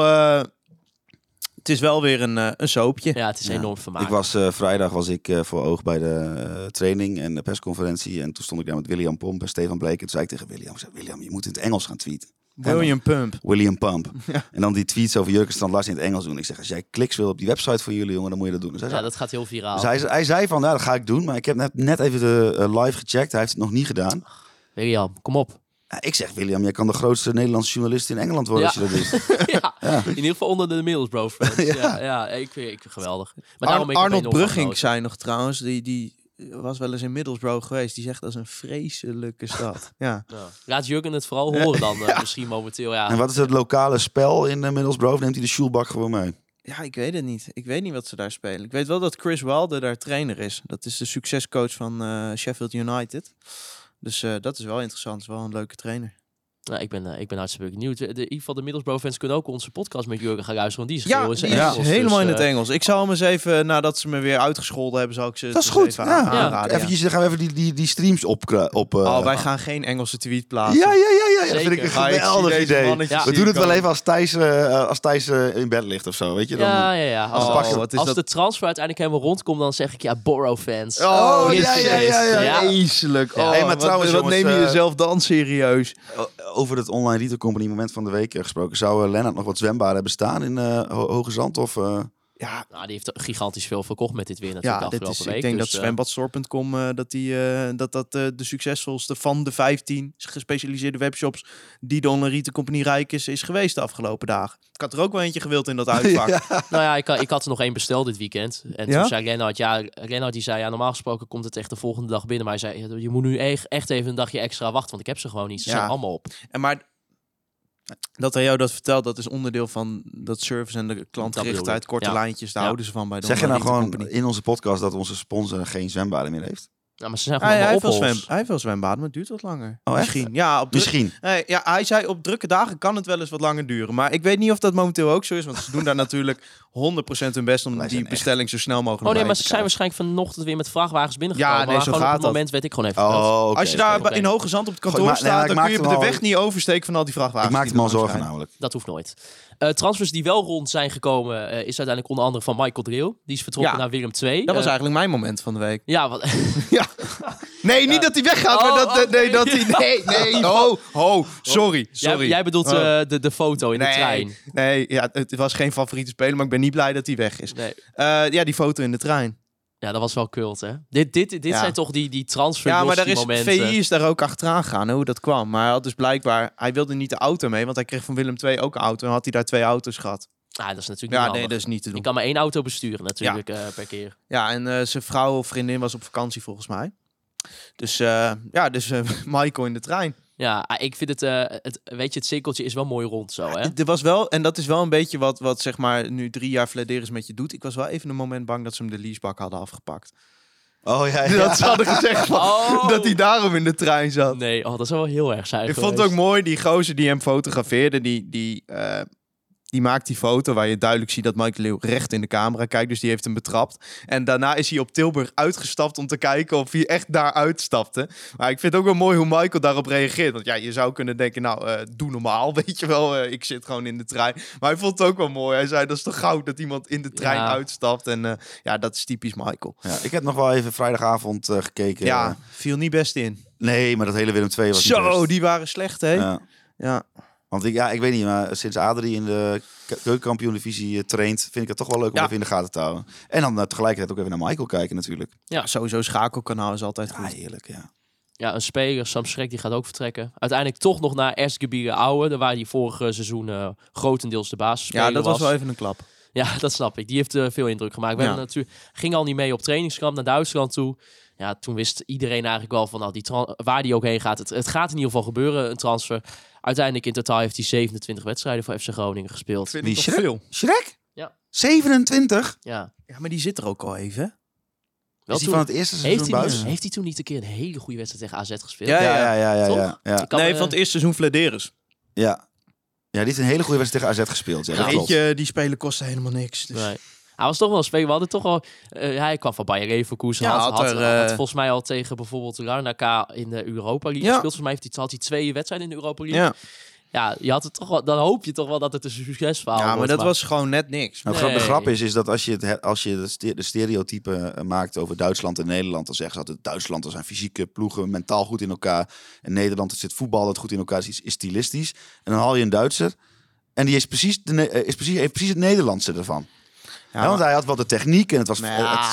weer een soapje. Ja, het is enorm vermaakt. Ik was vrijdag voor oog bij de training en de persconferentie. En toen stond ik daar met William Pomp en Stefan Bleek. En toen zei ik tegen William, je moet in het Engels gaan tweeten. William Pump. En dan die tweets over Jurkenstrand Lars in het Engels doen. Ik zeg, als jij kliks wil op die website voor jullie, jongen, dan moet je dat doen. Dus Ja, dat gaat heel viraal. dus hij zei van, dat ga ik doen. Maar ik heb net even de live gecheckt. Hij heeft het nog niet gedaan. William, kom op. Ja, ik zeg, William, jij kan de grootste Nederlandse journalist in Engeland worden als je dat doet. Ja, in ieder geval onder de Middlesbrough fans. Ja, ik vind het geweldig. Maar daarom ben ik Arnold enorm Brugging genoten. zei nog trouwens, die was wel eens in Middlesbrough geweest. Die zegt dat is een vreselijke stad. Ja. Ja. Laat Jurgen het vooral horen dan, misschien momenteel. Ja. En wat is het lokale spel in Middlesbrough? Neemt hij de Sjoelbak gewoon mee? Ja, ik weet het niet. Ik weet niet wat ze daar spelen. Ik weet wel dat Chris Wilder daar trainer is. Dat is de succescoach van Sheffield United. Dus dat is wel interessant. Is wel een leuke trainer. Nou, ik ben hartstikke benieuwd. In ieder geval de Middlesbrough fans kunnen ook onze podcast met Jurgen gaan luisteren. Want die is Ja, heel in die zijn is Engels, helemaal dus, in het Engels. Ik zal hem eens even, nadat ze me weer uitgescholden hebben, zal ik ze Dat is eens goed. even Ja. aanraden. Ja. Eventjes, dan gaan we even die streams op Wij gaan geen Engelse tweet plaatsen. Ja. Dat Zeker. vind ik een Ah, ik zie geweldig deze idee. mannetjes Ja. We zien doen het wel komen. even als Thijs in bed ligt of zo, weet je? Dan... Ja. Oh, Als, wat is als dat? de transfer uiteindelijk helemaal rondkomt, dan zeg ik ja, Borough fans. Oh, ja. Vreselijk. Ja. Oh, Hey, maar trouwens, wat jongens, neem je jezelf dan serieus? Over het online retail company moment van de week gesproken. Zou Lennart nog wat zwembaden hebben staan in Hoge Zand? Of, Ja, Nou, die heeft gigantisch veel verkocht met dit weer natuurlijk ja, de afgelopen week. ik denk dus, dat zwembadstore.com dat de succesvolste van de 15 gespecialiseerde webshops die de online retail company rijk is geweest de afgelopen dagen. Ik had er ook wel eentje gewild in dat uitvak. Nou ja, ik had er nog één besteld dit weekend. En Ja? toen zei Lennart, die zei, ja, normaal gesproken komt het echt de volgende dag binnen. Maar hij zei, je moet nu echt even een dagje extra wachten, want ik heb ze gewoon niet. Ze Ja. zijn allemaal op. En maar dat hij jou dat vertelt, dat is onderdeel van dat service en de Dat klantgerichtheid, bedoel ik. korte Ja. lijntjes, daar Ja. houden ze van bij de zeg je nou online gewoon retail company. in onze podcast dat onze sponsor geen zwembaden meer heeft? Nou, maar ze zijn gewoon Hij allemaal heeft wel op. hij heeft wel zwembaden, maar het duurt wat langer. Oh, echt? Misschien. Ja, op Misschien. Ja, hij zei op drukke dagen kan het wel eens wat langer duren. Maar ik weet niet of dat momenteel ook zo is. Want ze doen daar natuurlijk 100% hun best om Wij die zijn echt- bestelling zo snel mogelijk Oh nee, bij maar te ze zijn krijgen. waarschijnlijk vanochtend weer met vrachtwagens binnengekomen. Ja, nee, maar zo gewoon gaat op het dat. moment werd ik gewoon even gebeld. Oh, oké. Als je daar oké. in Hoge Zand op het kantoor Goh, maar- staat, nee, maar ik dan kun je maakte de me al- weg niet oversteken van al die vrachtwagens. Ik maakte die me al er langs zorgen rijden. namelijk. Dat hoeft nooit. Transfers die wel rond zijn gekomen, is uiteindelijk onder andere van Michael Dreel. Die is vertrokken Ja. naar Willem II. Dat was eigenlijk mijn moment van de week. Ja, wat, Ja. Nee, niet dat hij weggaat, maar dat hij... Nee. Oh, sorry. jij bedoelt de foto in de trein. Nee, ja, het was geen favoriete speler, maar ik ben niet blij dat hij weg is. Nee. Ja, die foto in de trein. Ja, dat was wel kult, hè? Dit Ja. zijn toch die transfer Ja, maar daar is momenten. VI is daar ook achteraan gegaan, hoe dat kwam. Maar hij had dus blijkbaar... Hij wilde niet de auto mee, want hij kreeg van Willem II ook een auto. En had hij daar 2 auto's gehad. Ah, dat is natuurlijk Ja, niet nee, handig. dat is niet te doen. Je kan maar 1 auto besturen natuurlijk per keer. Ja, en zijn vrouw of vriendin was op vakantie volgens mij. Dus, Michael in de trein. Ja, ik vind weet je, het cirkeltje is wel mooi rond zo, hè? Er was wel, en dat is wel een beetje wat zeg maar nu 3 jaar Vladeris met je doet. Ik was wel even een moment bang dat ze hem de leasebak hadden afgepakt. Oh ja, Dat ze hadden gezegd van, Oh. dat hij daarom in de trein zat. Nee, dat zou wel heel erg zijn Ik vond het ook mooi, die gozer die hem fotografeerde, die maakt die foto waar je duidelijk ziet dat Michael Leeuw recht in de camera kijkt. Dus die heeft hem betrapt. En daarna is hij op Tilburg uitgestapt om te kijken of hij echt daar uitstapte. Maar ik vind het ook wel mooi hoe Michael daarop reageert. Want ja, je zou kunnen denken, doe normaal, weet je wel. Ik zit gewoon in de trein. Maar hij vond het ook wel mooi. Hij zei, dat is toch goud dat iemand in de trein uitstapt. En dat is typisch Michael. Ja, ik heb nog wel even vrijdagavond gekeken. Ja, viel niet best in. Nee, maar dat hele Willem II was niet Zo, best. die waren slecht, hè? Ja. Want ik weet niet, maar sinds Adrie in de keukenkampioen-divisie traint, vind ik het toch wel leuk om even in de gaten te houden. En dan tegelijkertijd ook even naar Michael kijken natuurlijk. Ja, sowieso schakelkanaal is altijd goed. Ja, heerlijk, ja. Ja, een speler, Sam Schrek, die gaat ook vertrekken. Uiteindelijk toch nog naar Erzgebirge Aue, waar hij vorige seizoen grotendeels de basisspeler Ja, dat was wel even een klap. Ja, dat snap ik. Die heeft veel indruk gemaakt. We hebben natuurlijk, ging al niet mee op trainingskamp naar Duitsland toe. Ja, toen wist iedereen eigenlijk wel van waar die ook heen gaat. Het gaat in ieder geval gebeuren, een transfer. Uiteindelijk in totaal heeft hij 27 wedstrijden voor FC Groningen gespeeld. Vind Wie, ik toch Schrek? veel. Schrek? Ja. 27? Ja. Ja, maar die zit er ook al even. Wel Is hij toen- van het eerste seizoen buiten? heeft hij toen niet een keer een hele goede wedstrijd tegen AZ gespeeld? Ja, Ja. Ik kan Nee, me- van het eerste seizoen Vladeris. Ja, die heeft een hele goede wedstrijd tegen AZ gespeeld. Ja, dat Weet klopt. je, die spelen kosten helemaal niks. Dus. Nee. Hij was toch wel een speler. We hadden toch wel... hij kwam van Bayer Leverkusen. Ja, had had volgens mij al tegen bijvoorbeeld Larnaca in de Europa League Ja. gespeeld. Volgens mij had hij 2 wedstrijden in de Europa League. Ja. Ja, je had het toch wel, dan hoop je toch wel dat het een succesverhaal wordt. Ja, maar dat was gewoon net niks. Nou, Nee. de grap is dat als je de stereotype maakt over Duitsland en Nederland, dan zeggen ze altijd Duitsland zijn fysieke ploegen, mentaal goed in elkaar. En Nederland zit voetbal het goed in elkaar, is stilistisch. En dan haal je een Duitser en die heeft precies het Nederlandse ervan. Ja, want hij had wel de techniek en het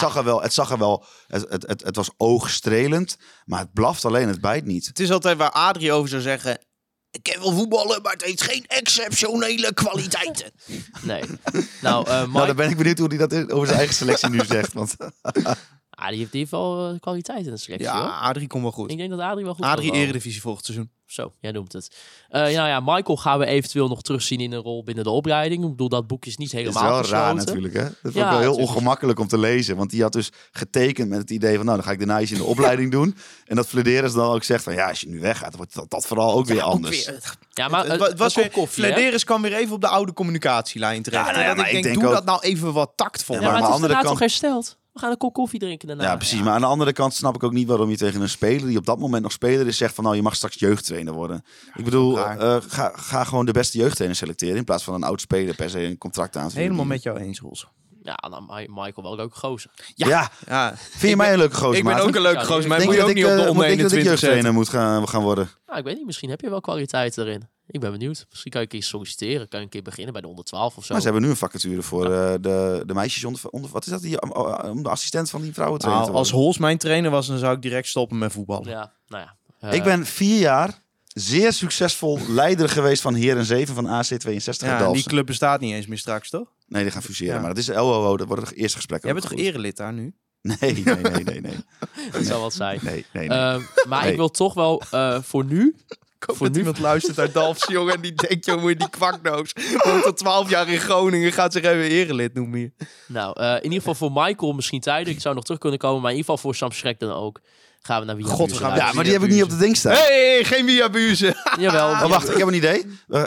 was oogstrelend, maar het blaft alleen, het bijt niet. Het is altijd waar Adrie over zou zeggen... Ik ken wel voetballen, maar het heeft geen exceptionele kwaliteiten. Nee. Nou, Nou, dan ben ik benieuwd hoe hij dat over zijn eigen selectie nu zegt. Want die heeft wel kwaliteit in de selectie, Ja, hoor. Adrie komt wel goed. Ik denk dat Adrie wel goed Adrie kan Eredivisie volgend seizoen. Zo, jij noemt het. Michael gaan we eventueel nog terugzien in een rol binnen de opleiding. Ik bedoel, dat boek is niet het is helemaal wel gesloten. raar natuurlijk, hè? Dat vond ik Ja, wel heel natuurlijk. ongemakkelijk om te lezen. Want die had dus getekend met het idee van... nou, dan ga ik daarna iets in de opleiding doen. En dat Flederis dan ook zegt van... ja, als je nu weggaat, dan wordt dat vooral ook weer anders. Ja, maar Het was weer koffie, hè? Flederis kwam weer even op de oude communicatielijn terecht. Ja, nou ja, dat maar ik ik denk, denk doe ook- dat nou even wat tactvol. Ja, maar maar aan het de is daarna andere toch kant- hersteld. We gaan een kop koffie drinken daarna. Ja, precies. Maar aan de andere kant snap ik ook niet waarom je tegen een speler... die op dat moment nog speler is, zegt van... nou, je mag straks jeugdtrainer worden. Ik bedoel, ga gewoon de beste jeugdtrainer selecteren... in plaats van een oud speler per se een contract aan te Helemaal bieden. met jou eens, Roels. Ja, nou, Michael wel een leuke gozer. Ja. Ja, Vind je mij een leuke gozer, ik ben Maarten? ook een leuke Ja, gozer, maar denk moet je dat ook niet op de denk dat ik onder-21 jeugdtrainer zetten. moet gaan worden? Nou, ik weet niet, misschien heb je wel kwaliteit erin. Ik ben benieuwd. Misschien kan je een keer solliciteren. Kan je een keer beginnen bij de onder 12 of zo. Maar ze hebben nu een vacature voor de meisjes onder... Wat is dat? Om de assistent van die vrouwen trainer te Nou, als worden. Hols mijn trainer was, dan zou ik direct stoppen met voetballen. Ja, nou ja. Ik ben 4 jaar zeer succesvol leider geweest van Heren 7 van AC62 Ja, uit Dalfsen. die club bestaat niet eens meer straks, toch? Nee, die gaan fuseren. Ja. Maar dat is de LOO, dat worden de eerste gesprekken. Jij bent toch goed. erelid daar nu? Nee. Dat zou wat zijn. Nee. Maar Nee. ik wil toch wel voor nu... Ik hoop Voor dat nu- iemand luistert uit Dalfsen, jongen, en die denkt, jongen, die kwaknoos. Woont al 12 jaar in Groningen, gaat zich even erelid noemen hier. Nou, in ieder geval voor Michael misschien tijdelijk. Ik zou nog terug kunnen komen. Maar in ieder geval voor Sam Schrek dan ook. Gaan we naar wie? God, we gaan Ja, maar die heb ik niet op de ding staan. Hey, geen Wiabuze. Jawel. Oh, wacht, ik heb een idee.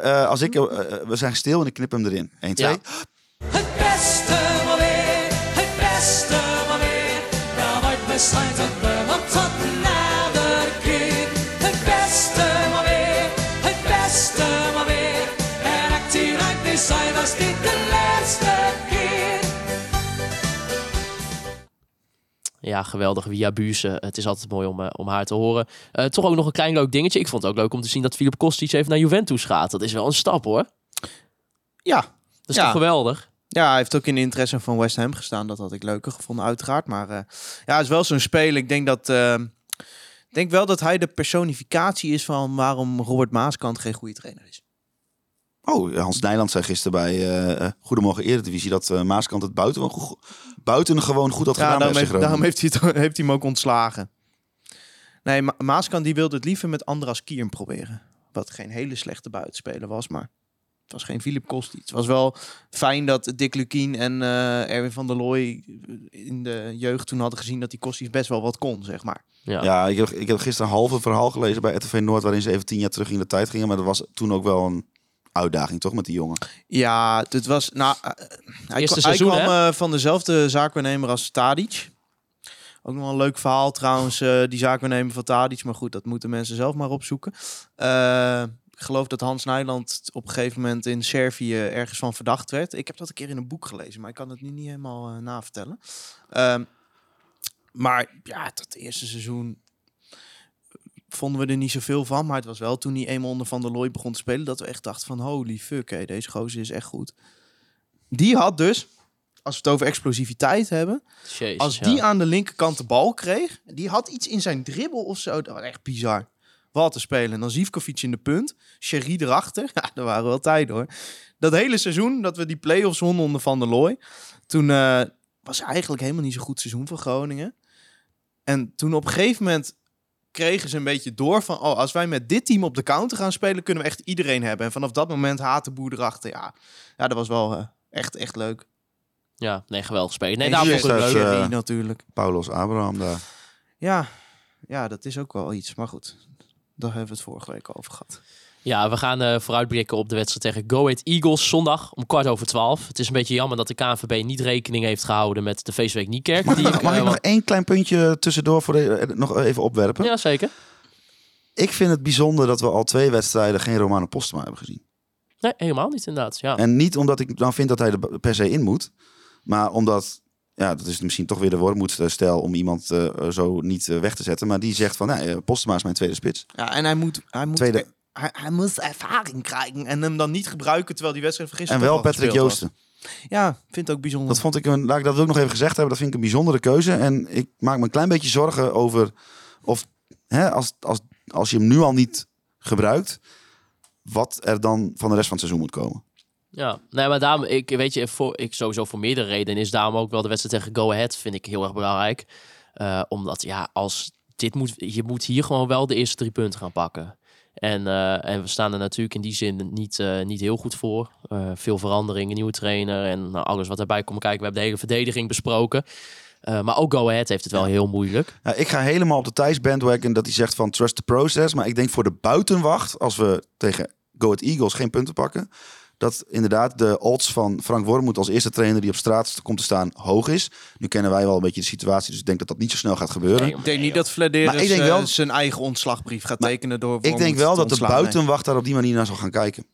We zijn stil en ik knip hem erin. 1, 2. Ja. Het beste maar weer, het beste maar weer. Ja, nooit besluit het me, want tot na de keer. Het beste maar weer, het beste maar weer. En actie uit die zijn was niet de laatste keer. Ja, geweldig. Via Buze. Het is altijd mooi om haar te horen. Toch ook nog een klein leuk dingetje. Ik vond het ook leuk om te zien dat Filip Kostic even naar Juventus gaat. Dat is wel een stap, hoor. Ja. Dat is Ja. toch geweldig? Ja, hij heeft ook in de interesse van West Ham gestaan. Dat had ik leuker gevonden, uiteraard. Maar ja, het is wel zo'n speler. Ik denk wel dat hij de personificatie is van waarom Robert Maaskant geen goede trainer is. Oh, Hans Nijland zei gisteren bij Goedemorgen Eredivisie dat Maaskant het buitengewoon goed had gedaan bij FC Groningen. Daarom heeft hij hem ook ontslagen. Nee, Maaskant die wilde het liever met Andras Kierm proberen. Wat geen hele slechte buitenspeler was, maar het was geen Filip Kostic. Het was wel fijn dat Dick Lukien en Erwin van der Looy in de jeugd toen hadden gezien dat die Kostic best wel wat kon, zeg maar. Ja. Ja, ik heb gisteren een halve verhaal gelezen bij RTV Noord waarin ze even 10 jaar terug in de tijd gingen. Maar dat was toen ook wel een uitdaging, toch, met die jongen? Ja, het was... Nou, Eerste seizoen, hij kwam hè? van dezelfde zaakwaarnemer als Tadic. Ook nog wel een leuk verhaal trouwens, die zaakwaarnemer van Tadic. Maar goed, dat moeten mensen zelf maar opzoeken. Ik geloof dat Hans Nijland op een gegeven moment in Servië ergens van verdacht werd. Ik heb dat een keer in een boek gelezen, maar ik kan het nu niet helemaal navertellen. Maar ja, dat eerste seizoen vonden we er niet zoveel van. Maar het was wel toen hij eenmaal onder Van der Looy begon te spelen, dat we echt dachten van holy fuck, hé, deze gozer is echt goed. Die had dus, als we het over explosiviteit hebben, Jezus, als die aan de linkerkant de bal kreeg, die had iets in zijn dribbel of zo. Dat was echt bizar. Wat te spelen. En dan Zivkovic in de punt. Sherry erachter. Ja, dat waren wel tijden, hoor. Dat hele seizoen dat we die play-offs wonnen onder Van der Looy. Toen was eigenlijk helemaal niet zo'n goed seizoen voor Groningen. En toen op een gegeven moment kregen ze een beetje door van, oh, als wij met dit team op de counter gaan spelen, kunnen we echt iedereen hebben. En vanaf dat moment Hatenboer erachter. Ja, dat was wel echt leuk. Ja, nee, geweldig spelen. Nee, En daarom hier vond ik het staat, leuk. Sherry natuurlijk. Paulos Abraham daar. Ja, dat is ook wel iets. Maar goed, daar hebben we het vorige week over gehad. Ja, we gaan vooruitblikken op de wedstrijd tegen Go Ahead Eagles zondag om 11:15. Het is een beetje jammer dat de KNVB niet rekening heeft gehouden met de feestweek Niekerk. Mag ik nog één klein puntje tussendoor nog even opwerpen? Ja, zeker. Ik vind het bijzonder dat we al 2 wedstrijden geen Romano Postema hebben gezien. Nee, helemaal niet inderdaad. Ja. En niet omdat ik nou vind dat hij er per se in moet. Maar omdat, ja, dat is misschien toch weer de Wormoed-stijl om iemand zo niet weg te zetten. Maar die zegt van, Postema is mijn tweede spits. Ja, en hij moet Tweede. hij moet ervaring krijgen en hem dan niet gebruiken terwijl die wedstrijd van gisteren En wel toch al Patrick gespeeld was. Joosten. Ja, vind het ook bijzonder. Dat vond ik laat ik dat ook nog even gezegd hebben. Dat vind ik een bijzondere keuze. En ik maak me een klein beetje zorgen over of als je hem nu al niet gebruikt, wat er dan van de rest van het seizoen moet komen. Ja, nee, maar daarom, ik sowieso voor meerdere redenen is daarom ook wel de wedstrijd tegen Go Ahead vind ik heel erg belangrijk. Omdat als dit je moet hier gewoon wel de eerste 3 punten gaan pakken. En we staan er natuurlijk in die zin niet heel goed voor. Veel veranderingen, nieuwe trainer en alles wat erbij komt kijken. We hebben de hele verdediging besproken. Maar ook Go Ahead heeft het wel heel moeilijk. Ja, ik ga helemaal op de Thijs bandwagon dat hij zegt van trust the process. Maar ik denk voor de buitenwacht, als we tegen Go Ahead Eagles geen punten pakken, dat inderdaad de odds van Frank Wormoed als eerste trainer die op straat komt te staan hoog is. Nu kennen wij wel een beetje de situatie, dus ik denk dat dat niet zo snel gaat gebeuren. Ik denk niet dat Vladeris wel zijn eigen ontslagbrief gaat tekenen door Ik denk wel dat de buitenwacht daar op die manier naar zal gaan kijken.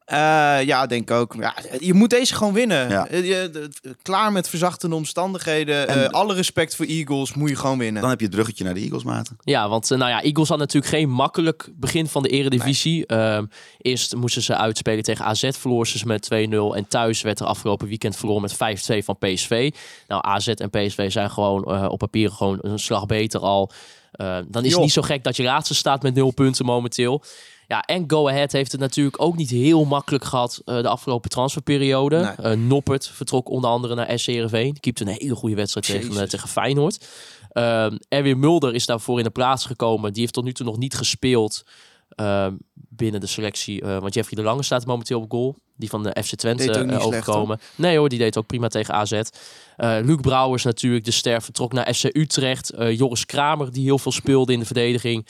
Ja, denk ik ook. Ja, je moet deze gewoon winnen. Ja. Klaar met verzachtende omstandigheden. En alle respect voor Eagles, moet je gewoon winnen. Dan heb je het bruggetje naar de Eagles, maten. Ja, want Eagles had natuurlijk geen makkelijk begin van de eredivisie. Nee. Eerst moesten ze uitspelen tegen AZ, verloor ze met 2-0. En thuis werd er afgelopen weekend verloren met 5-2 van PSV. Nou, AZ en PSV zijn gewoon op papier gewoon een slag beter al. Dan is het niet zo gek dat je laatste staat met 0 punten momenteel. Ja, en Go Ahead heeft het natuurlijk ook niet heel makkelijk gehad de afgelopen transferperiode. Nee. Noppert vertrok onder andere naar SC Heerenveen. Die keepte een hele goede wedstrijd tegen Feyenoord. Erwin Mulder is daarvoor in de plaats gekomen. Die heeft tot nu toe nog niet gespeeld binnen de selectie. Want Jeffrey de Lange staat momenteel op goal. Die van de FC Twente overkomen. Nee hoor, die deed ook prima tegen AZ. Luc Brouwers natuurlijk, de ster, vertrok naar FC Utrecht. Joris Kramer, die heel veel speelde in de verdediging.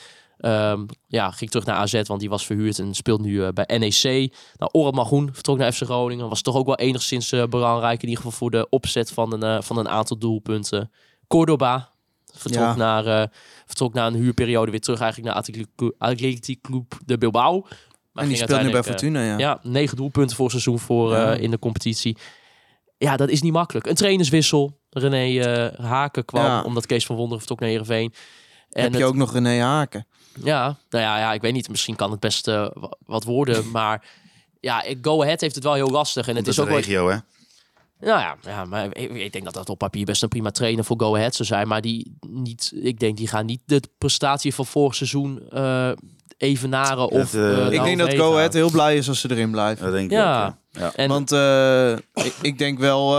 Ging terug naar AZ, want die was verhuurd en speelt nu bij NEC. Nou, Orad Magoen vertrok naar FC Groningen. Was toch ook wel enigszins belangrijk, in ieder geval voor de opzet van een aantal doelpunten. Cordoba vertrok naar een huurperiode weer terug eigenlijk naar Athletic Club de Bilbao. Maar en die speelt nu bij Fortuna, ja. Ja, 9 doelpunten voor seizoen in de competitie. Ja, dat is niet makkelijk. Een trainerswissel. René Haken kwam, omdat Kees van Wonderen vertrok naar Heerenveen. En heb je ook nog René Haken? Ja, ik weet niet. Misschien kan het best wat worden. Maar Go Ahead heeft het wel heel lastig. En het is ook regio, hè? Maar ik denk dat dat op papier best een prima trainer voor Go Ahead zou zijn. Maar die gaan niet de prestatie van vorig seizoen evenaren. Ik denk dat Go Ahead heel blij is als ze erin blijven. Dat denk ik ook, En, want ik denk wel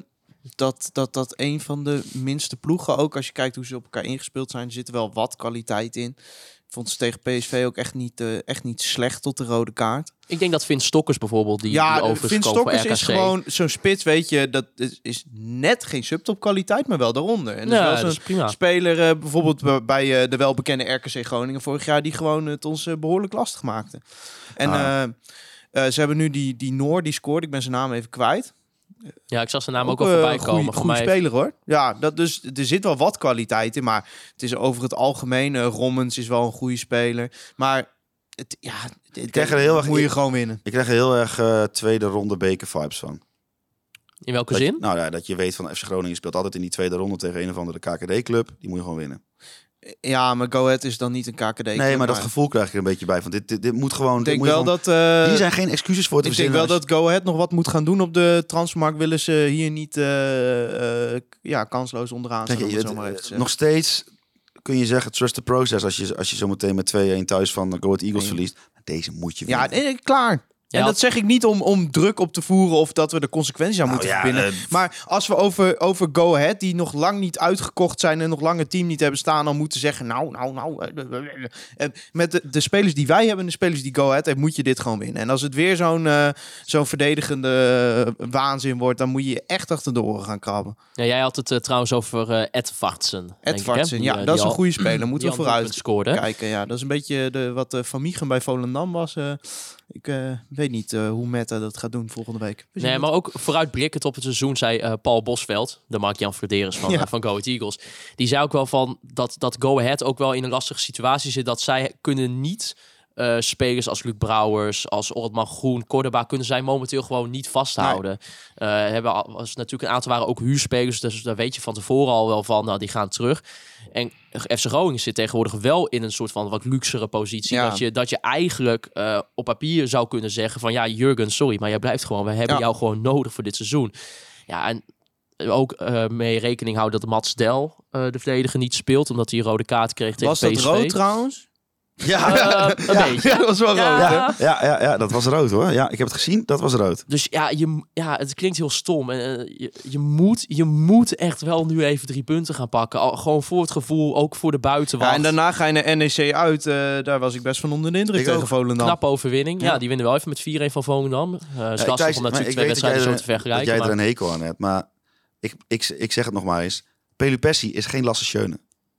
dat een van de minste ploegen, ook als je kijkt hoe ze op elkaar ingespeeld zijn, er zit wel wat kwaliteit in. Ik vond ze tegen PSV ook echt niet slecht tot de rode kaart. Ik denk dat Vin Stokkers bijvoorbeeld, die overigens Vin Stokkers is gewoon zo'n spits, weet je, dat is net geen subtop kwaliteit, maar wel daaronder. En dat is wel zo'n speler, bijvoorbeeld bij de welbekende RKC Groningen vorig jaar, die gewoon het ons behoorlijk lastig maakte. En ze hebben nu die Noor, die scoort, ik ben zijn naam even kwijt. Ja, ik zag zijn naam ook al voorbij komen. Goede speler hoor. Ja, dus er zit wel wat kwaliteit in, maar het is over het algemeen. Rommens is wel een goede speler, maar moet je gewoon winnen. Ik krijg er heel erg tweede ronde beker vibes van. In welke zin? Dat je weet van FC Groningen speelt altijd in die tweede ronde tegen een of andere KKD-club. Die moet je gewoon winnen. Ja, maar Go Ahead is dan niet een KKD. Nee, maar dat gevoel krijg ik er een beetje bij. Van dit moet gewoon. Ik denk wel dat hier zijn geen excuses voor te verzinnen. Ik denk wel dat Go Ahead nog wat moet gaan doen op de transfermarkt. Willen ze hier niet kansloos onderaan staan. Nog steeds kun je zeggen trust the process als je zo meteen met 2-1 thuis van Go Ahead Eagles verliest. Deze moet je winnen. Ja, klaar. En dat zeg ik niet om druk op te voeren of dat we de consequenties aan moeten verbinden. Maar als we over Go Ahead, die nog lang niet uitgekocht zijn en nog lang het team niet hebben staan, dan moeten zeggen, met de spelers die wij hebben en de spelers die Go Ahead hebben, moet je dit gewoon winnen. En als het weer zo'n verdedigende waanzin wordt, dan moet je echt achter de oren gaan krabben. Ja, jij had het trouwens over Ed Vartsen. Dat is een goede speler. Moeten we vooruit scoorde. kijken. Ja, dat is een beetje wat Van Miegen bij Volendam was. Ik weet niet hoe Meta dat gaat doen volgende week. We zien Nee, het. maar ook vooruitblikkend op het seizoen zei Paul Bosveld, de Mark-Jan Flederis van Go Ahead Eagles. Die zei ook wel van dat Go Ahead ook wel in een lastige situatie zit. Dat zij kunnen niet spelers als Luc Brouwers, als Ortman Groen, Cordoba, kunnen zij momenteel gewoon niet vasthouden. Als natuurlijk een aantal waren ook huurspelers, dus daar weet je van tevoren al wel van, nou die gaan terug. En FC Groningen zit tegenwoordig wel in een soort van wat luxere positie. Ja. Dat je eigenlijk op papier zou kunnen zeggen van ja, Jurgen, sorry, maar jij blijft gewoon. We hebben jou gewoon nodig voor dit seizoen. Ja, en ook mee rekening houden dat Mats Del, de verdediger, niet speelt, omdat hij een rode kaart kreeg tegen Was dat PSV. rood trouwens? Een beetje. Ja, dat was wel rood, hè? Ja, dat was rood hoor. Ja, ik heb het gezien, dat was rood. Dus het klinkt heel stom. En je moet echt wel nu even 3 punten gaan pakken. Gewoon voor het gevoel, ook voor de buitenwacht. Ja, en daarna ga je naar NEC uit. Daar was ik best van onder de indruk Ik tegen ook. Volendam. Knappe overwinning. Ja, die winnen wel even met 4-1 van Volendam. Het is lastig om natuurlijk 2 wedstrijden zo te vergelijken. Dat jij maar er een hekel aan hebt, maar ik zeg het nog maar eens. Pelupessi is geen Lasse Schöne.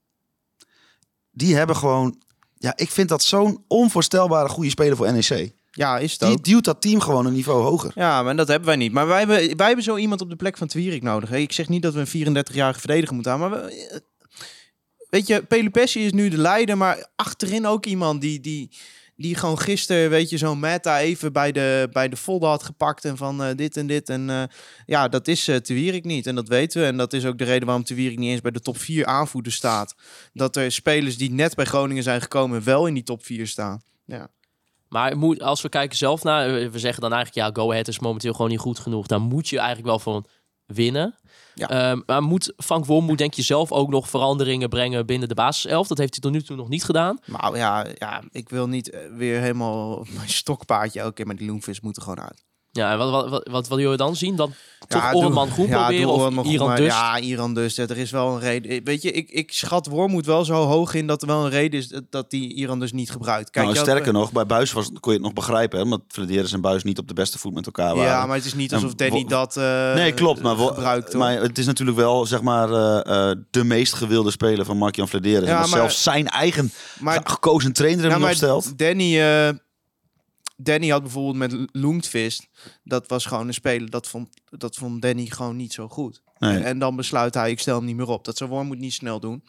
Die hebben gewoon... Ja, ik vind dat zo'n onvoorstelbare goede speler voor NEC. Ja, is het Die ook. duwt dat team gewoon een niveau hoger. Ja, maar dat hebben wij niet. Maar wij hebben zo iemand op de plek van Twierik nodig. Hè? Ik zeg niet dat we een 34-jarige verdediger moeten aan. Maar weet je, Pelupessi is nu de leider. Maar achterin ook iemand die gewoon gisteren, weet je, zo'n Meta even bij de folder had gepakt. En van dit en dit. En ja, dat is Twierik niet. En dat weten we. En dat is ook de reden waarom Twierik niet eens bij de top 4 aanvoerder staat. Dat er spelers die net bij Groningen zijn gekomen wel in die top 4 staan. Ja. Maar als we kijken zelf naar... We zeggen dan eigenlijk, ja, Go Ahead is momenteel gewoon niet goed genoeg. Daar moet je eigenlijk wel van winnen. Ja. Maar Frank Wormoed, denk je zelf ook nog veranderingen brengen binnen de basiself? Dat heeft hij tot nu toe nog niet gedaan. Nou ja, ik wil niet weer helemaal op mijn stokpaardje elke keer, maar die Loenvis moeten gewoon uit. Ja, en wat wil je dan zien? Dan toch doe- Orman Groen proberen doe of Orman Groen, Iran maar- dus? Ja, Iran dus. Er is wel een reden. Weet je, ik schat Wormoed wel zo hoog in dat er wel een reden is dat die Iran dus niet gebruikt. Kijk, Nou, je sterker had- nog, bij Buijs kon je het nog begrijpen. Hè? Omdat Flederis en Buijs niet op de beste voet met elkaar waren. Ja, maar het is niet alsof En Danny dat nee, klopt. Maar, gebruikt. hoor. maar het is natuurlijk wel, zeg maar, de meest gewilde speler van Mark-Jan Flederis. Ja, en dat maar- zelfs zijn eigen maar gekozen trainer hem Ja, niet maar opstelt. Danny had bijvoorbeeld met Lundqvist, dat was gewoon een speler, dat vond Danny gewoon niet zo goed. Nee. En dan besluit hij, ik stel hem niet meer op. Dat zou Wormoed niet snel doen.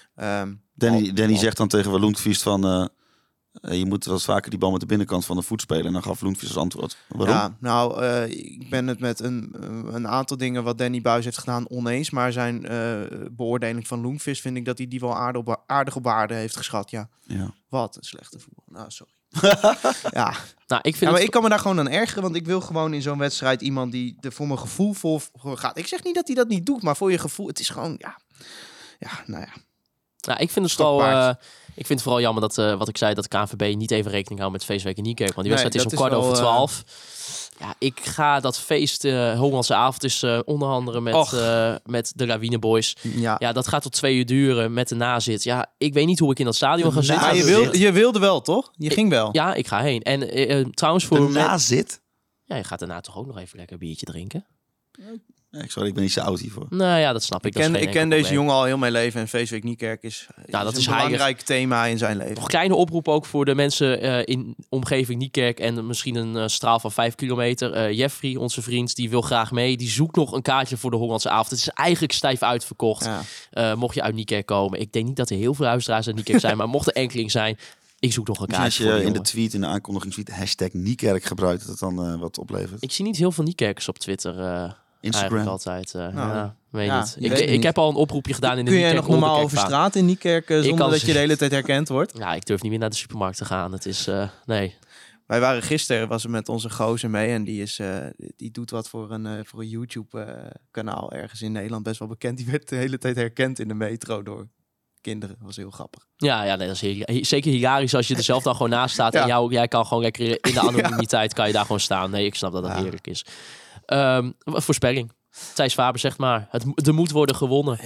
Danny zegt dan tegen Lundqvist van... je moet wel eens vaker die bal met de binnenkant van de voet spelen. En dan gaf Lundqvist als antwoord. Waarom? Ja, nou, ik ben het met een aantal dingen wat Danny Buijs heeft gedaan oneens. Maar zijn beoordeling van Lundqvist vind ik dat hij die wel aardig op waarde heeft geschat. Ja, Ja. wat een slechte voetbal. Nou, sorry. Ja. Nou, ik vind Ja, maar het... ik kan me daar gewoon aan ergeren, want ik wil gewoon in zo'n wedstrijd iemand die er voor mijn gevoel voor gaat. Ik zeg niet dat hij dat niet doet, maar voor je gevoel, het is gewoon, nou ja. Nou, ik vind het Stokpaard. ik vind het vooral jammer dat, wat ik zei, dat KNVB niet even rekening houdt met feestweek in Niekerk. Want die Nee, wedstrijd is dat om is 12:15. Ja, ik ga dat feest, Hollandse avond is onder andere met de Lawine Boys. Ja. Ja, dat gaat tot 2 uur duren met de nazit. Ja, ik weet niet hoe ik in dat stadion ga zitten. Maar je wilde wel, toch? Je ging wel. Ja, ik ga heen. En trouwens voor... Daarna zit... Ja, je gaat daarna toch ook nog even lekker een biertje drinken? Sorry, ik ben niet zo oud hiervoor. Nou ja, dat snap ik. Ik dat is ken geen enkel deze probleem. jongen al heel mijn leven en Feestweek Niekerk is dat is een belangrijk thema in zijn leven. Nog een kleine oproep ook voor de mensen in omgeving Niekerk en misschien een straal van 5 kilometer. Jeffrey, onze vriend, die wil graag mee. Die zoekt nog een kaartje voor de Hollandse avond. Het is eigenlijk stijf uitverkocht. Ja. Mocht je uit Niekerk komen. Ik denk niet dat er heel veel luisteraars uit Niekerk zijn, maar mocht er enkeling zijn, ik zoek nog een Misschien als kaartje voor je de in de jongen. tweet, in de aankondiging hashtag Niekerk gebruikt, dat het dan wat oplevert. Ik zie niet heel veel Niekerkers op Twitter. Instagram. Eigenlijk altijd. Nou, ja, weet ja, niet. je weet Ik niet. heb al een oproepje gedaan in de Kun jij Niekerk nog normaal over onderkijkvaart. straat in Niekerk zonder kan dat je de hele tijd herkend wordt? Ja, ik durf niet meer naar de supermarkt te gaan. Het is, nee. Wij waren gisteren, was er met onze gozer mee en die doet wat voor een YouTube kanaal ergens in Nederland, best wel bekend. Die werd de hele tijd herkend in de metro door kinderen. Dat was heel grappig. Ja, nee, dat is zeker hilarisch als je er zelf dan gewoon naast staat. Ja. En jij kan gewoon lekker in de anonimiteit kan je daar gewoon staan. Nee, ik snap dat dat heerlijk is. Voorspelling. Thijs Faber zegt maar, er moet worden gewonnen.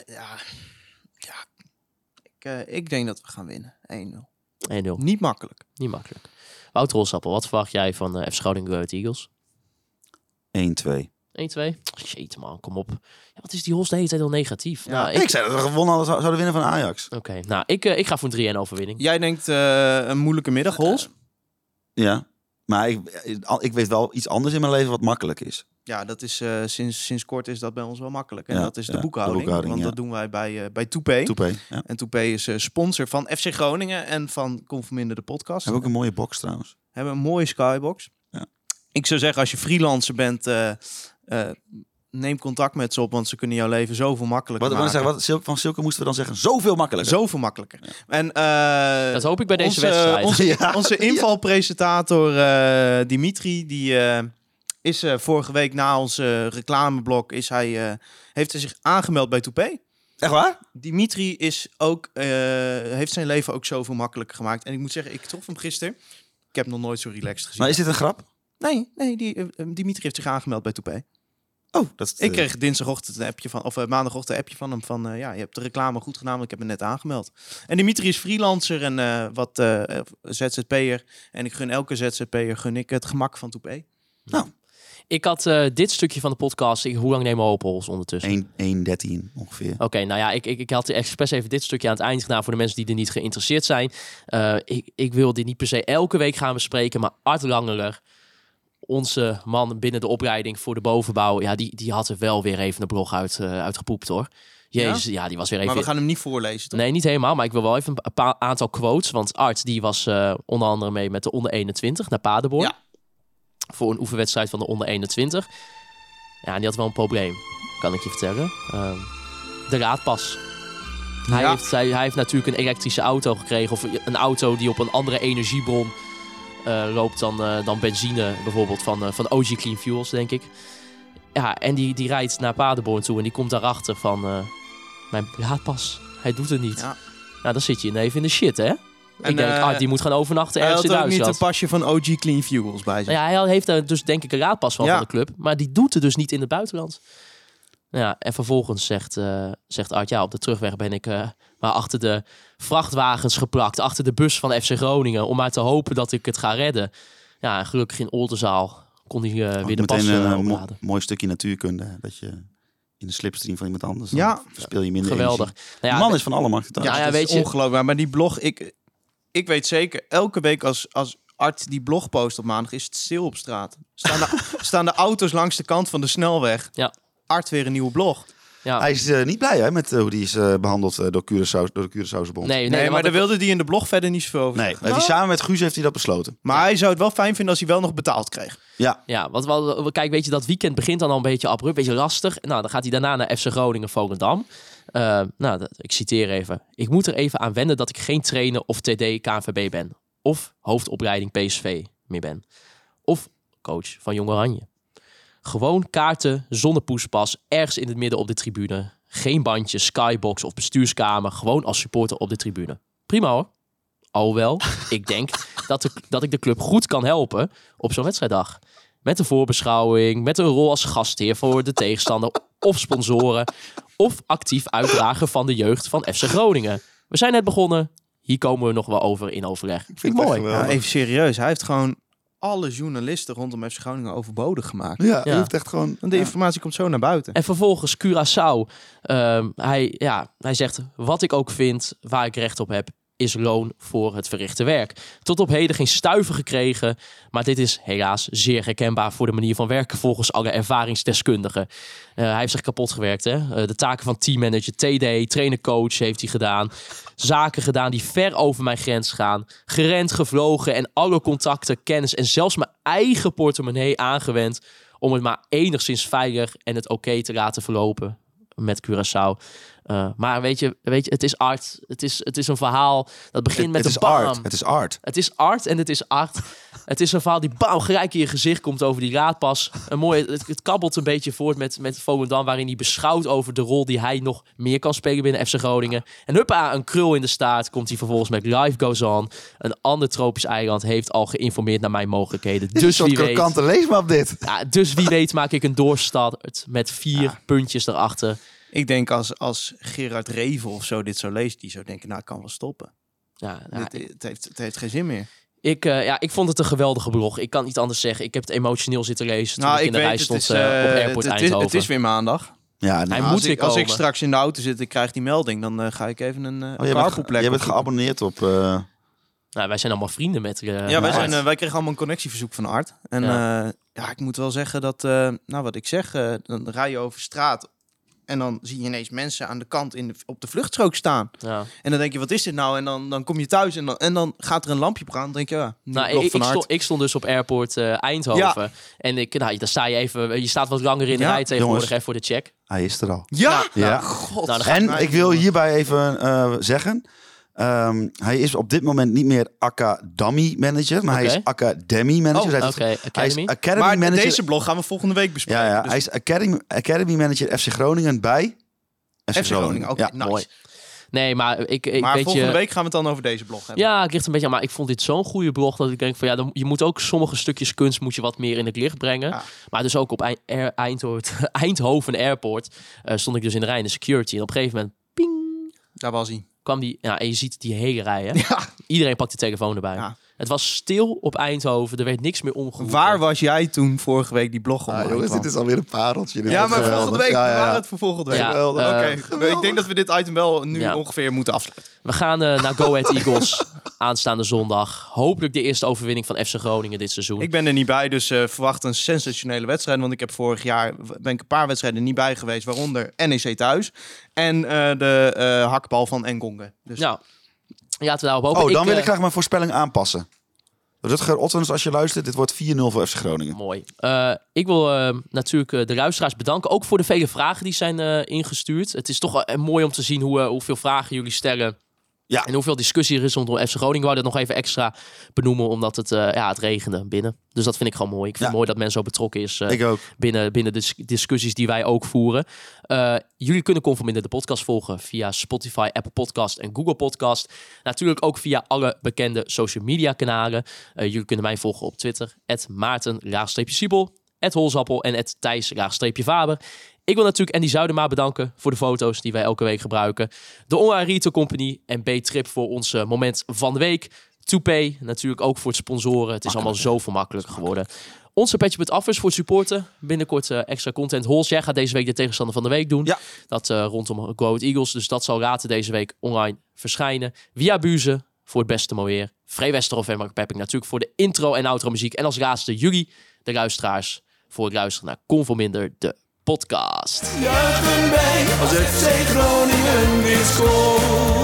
Ik denk dat we gaan winnen. 1-0. 1-0. Niet makkelijk. Niet makkelijk. Wouter Rolsappel, wat verwacht jij van F. Schouding Go Ahead Eagles? 1-2. 1-2? Jeetje man, kom op. Ja, wat is die Hols de hele tijd al negatief? Ja. Nou, Ik zei dat we gewonnen hadden, zouden winnen van Ajax. Oké, nou, ik ga voor een 3-1 overwinning. Jij denkt een moeilijke middag, Hols? Ja. Maar ik weet wel iets anders in mijn leven wat makkelijk is. Ja, dat is sinds kort is dat bij ons wel makkelijk. En Ja, dat is de ja, boekhouding. de boekhouding, Want ja. dat doen wij bij Toupé. Toepé. Ja. En Toupé is sponsor van FC Groningen en van Conforminder de podcast. We hebben ook een mooie box trouwens. Hebben een mooie skybox. Ja. Ik zou zeggen, als je freelancer bent, neem contact met ze op, want ze kunnen jouw leven zoveel makkelijker maken. Van Silke moesten we dan zeggen, zoveel makkelijker. Zoveel makkelijker. En, Dat hoop ik bij deze wedstrijd. Onze invalpresentator Dimitri, die is vorige week na ons reclameblok, heeft hij zich aangemeld bij Toupé. Echt waar? Dimitri heeft zijn leven ook zoveel makkelijker gemaakt. En ik moet zeggen, ik trof hem gisteren. Ik heb hem nog nooit zo relaxed gezien. Maar is dit een grap? Nee, Dimitri heeft zich aangemeld bij Toupé. Oh, dat is Ik kreeg dinsdagochtend een appje maandagochtend een appje van hem van je hebt de reclame goed gedaan, want ik heb me net aangemeld. En Dimitri is freelancer en ZZP'er. En ik gun elke ZZP'er het gemak van Toupé. Nou, Ik had dit stukje van de podcast. Hoe lang nemen we op, Hols, ondertussen? 1:13 ongeveer. Oké, nou ja, ik had expres even dit stukje aan het eind gedaan voor de mensen die er niet geïnteresseerd zijn. Ik wil dit niet per se elke week gaan bespreken, maar Art Langeler, onze man binnen de opleiding voor de bovenbouw, ja, die had er wel weer even een blog uitgepoept, hoor. Jezus, ja, die was weer even... Maar we gaan hem niet voorlezen, toch? Nee, niet helemaal, maar ik wil wel even een aantal quotes. Want Art, die was onder andere mee met de onder 21 naar Paderborn. Ja. Voor een oefenwedstrijd van de onder 21. Ja, en die had wel een probleem, kan ik je vertellen. De raadpas. Hij heeft natuurlijk een elektrische auto gekregen. Of een auto die op een andere energiebron loopt dan benzine. Bijvoorbeeld van OG Clean Fuels, denk ik. Ja, en die rijdt naar Paderborn toe. En die komt daarachter van... mijn raadpas, hij doet het niet. Ja. Nou, dan zit je even in de shit, hè? Ik denk, die moet gaan overnachten Hij ergens in had ook niet Duitsland. een pasje van OG Clean Fuels bij zich. Nou ja, hij heeft er dus denk ik een raadpas van de club. Maar die doet het dus niet in het buitenland. Ja, en vervolgens zegt Art, ja, op de terugweg ben ik maar achter de vrachtwagens geplakt. Achter de bus van FC Groningen. Om maar te hopen dat ik het ga redden. Ja, en gelukkig in Oldenzaal kon hij weer de pas opladen. Mooi stukje natuurkunde. Dat je in de slipstream van iemand anders... Ja. Dan verspil je minder Geweldig. energie. Nou ja, de man is van alle markten. Ja, weet je... ongelooflijk. Maar die blog, ik weet zeker, elke week als Art die blog post op maandag, is het stil op straat. Staan de auto's langs de kant van de snelweg. Ja. Art weer een nieuwe blog. Ja. Hij is niet blij hè, met hoe die is behandeld door de Curaçaose Bond. Nee, maar daar wilde hij in de blog verder niet zoveel over Nee, zeggen. heeft hij samen met Guus heeft hij dat besloten. Maar hij zou het wel fijn vinden als hij wel nog betaald kreeg. Ja. Ja, want kijk, weet je, dat weekend begint dan al een beetje abrupt, een beetje lastig. Nou, dan gaat hij daarna naar FC Groningen Volendam. Ik citeer even. Ik moet er even aan wennen dat ik geen trainer of TD KNVB ben. Of hoofdopleiding PSV meer ben. Of coach van Jong Oranje. Gewoon kaarten, zonder poespas, ergens in het midden op de tribune. Geen bandje, skybox of bestuurskamer. Gewoon als supporter op de tribune. Prima hoor. Alhoewel, ik denk dat ik de club goed kan helpen op zo'n wedstrijddag. Met een voorbeschouwing, met een rol als gastheer voor de tegenstander of sponsoren. Of actief uitdragen van de jeugd van FC Groningen. We zijn net begonnen. Hier komen we nog wel over in overleg. Vind ik mooi. Ja, even serieus. Hij heeft gewoon alle journalisten rondom FC Groningen overbodig gemaakt. Ja, hij heeft echt gewoon... Want de informatie komt zo naar buiten. En vervolgens Curaçao. Hij zegt, wat ik ook vind, waar ik recht op heb, is loon voor het verrichte werk. Tot op heden geen stuiver gekregen, maar dit is helaas zeer herkenbaar voor de manier van werken volgens alle ervaringsdeskundigen. Hij heeft zich kapot gewerkt. Hè? De taken van teammanager, TD, trainer-coach heeft hij gedaan. Zaken gedaan die ver over mijn grens gaan. Gerend, gevlogen en alle contacten, kennis en zelfs mijn eigen portemonnee aangewend om het maar enigszins veilig en het oké te laten verlopen met Curaçao. Maar weet je, het is art. Het is een verhaal dat begint met een bam. Het is art. Het is art en het is art. Het is een verhaal die bam gelijk in je gezicht komt over die raadpas. Een mooie, het kabbelt een beetje voort met Volendam, waarin hij beschouwt over de rol die hij nog meer kan spelen binnen FC Groningen. En huppa, een krul in de staart komt hij vervolgens met Life Goes On. Een ander tropisch eiland heeft al geïnformeerd naar mijn mogelijkheden. Dus wie weet... krokante leesmap dit. Ja, dus wie weet maak ik een doorstart met 4 puntjes erachter. Ik denk als Gerard Reven of zo dit zo leest, die zou denken, nou, ik kan wel stoppen. Het heeft geen zin meer. Ik vond het een geweldige blog. Ik kan niet anders zeggen. Ik heb het emotioneel zitten lezen toen ik in de rij stond op Airport Eindhoven. Het is weer maandag. Ja, Hij moet weer komen. Als ik straks in de auto zit en krijg die melding, dan ga ik even een carpoolplek. Je bent geabonneerd op Nou, wij zijn allemaal vrienden met Ja, Art. wij kregen allemaal een connectieverzoek van Art. En ik moet wel zeggen dat, wat ik zeg, dan rij je over straat en dan zie je ineens mensen aan de kant op de vluchtstrook staan. Ja. En dan denk je, wat is dit nou? En dan kom je thuis en dan gaat er een lampje branden. Dan denk je, Ik stond dus op airport Eindhoven. Ja. En dan sta je even, je staat wat langer in de rij tegenwoordig even voor de check. Hij is er al. Ja? God. En ik wil hierbij even zeggen... hij is op dit moment niet meer Academy Manager, maar hij is Academy Manager. Hij is Academy maar Manager. Deze blog gaan we volgende week bespreken. Ja, dus... Hij is Academy Manager FC Groningen bij FC Groningen. Oké, nice. Mooi. Nee, maar maar weet volgende week gaan we het dan over deze blog hebben. Ja, ik richt een beetje aan, maar ik vond dit zo'n goede blog dat ik denk van je moet ook sommige stukjes kunst moet je wat meer in het licht brengen. Ja. Maar dus ook op Eindhoven Airport stond ik dus in de rij in de security en op een gegeven moment, ping, daar was hij. Kwam die, en je ziet die hele rij, hè? Ja. Iedereen pakt de telefoon erbij. Ja. Het was stil op Eindhoven, er werd niks meer omgeroepen. Waar was jij toen vorige week die blog op? Jongens, dit is alweer een pareltje. Ja, maar volgende week, waren het voor volgende week. Ja, Oké. Ik denk dat we dit item wel nu ongeveer moeten afsluiten. We gaan naar Go Ahead Eagles aanstaande zondag. Hopelijk de eerste overwinning van FC Groningen dit seizoen. Ik ben er niet bij, dus verwacht een sensationele wedstrijd. Want ik heb vorig jaar ben ik een paar wedstrijden niet bij geweest. Waaronder NEC thuis. En de hakbal van Engonge. Dus... Ja, laten we daarop hopen. Dan wil ik graag mijn voorspelling aanpassen. Rutger Ottens, als je luistert, dit wordt 4-0 voor FC Groningen. Mooi. Ik wil natuurlijk de luisteraars bedanken. Ook voor de vele vragen die zijn ingestuurd. Het is toch mooi om te zien hoeveel vragen jullie stellen. Ja. En hoeveel discussie er is rondom FC Groningen. We hadden het nog even extra benoemen, omdat het regende binnen. Dus dat vind ik gewoon mooi. Ik vind het mooi dat men zo betrokken is binnen de discussies die wij ook voeren. Jullie kunnen Conforminder de podcast volgen via Spotify, Apple Podcast en Google Podcast. Natuurlijk ook via alle bekende social media kanalen. Jullie kunnen mij volgen op Twitter, @Maarten_Siebel, @Holzappel en @Thijs_Faber. Ik wil natuurlijk Andy Zuidema bedanken voor de foto's die wij elke week gebruiken. De Online Retail Company en B-Trip voor ons moment van de week. ToPay natuurlijk ook voor het sponsoren. Het is allemaal zoveel makkelijker geworden. Onze Petje.affers voor het supporten. Binnenkort extra content. Hols, jij gaat deze week de tegenstander van de week doen. Ja. Dat rondom Go Ahead Eagles. Dus dat zal later deze week online verschijnen. Via Buze voor het beste mooier. Free Westerhof en Mark Pepping natuurlijk voor de intro en outro muziek. En als laatste jullie, de luisteraars, voor het luisteren naar Conforminder de podcast. Juichen wij als FC Groningen weer scoort.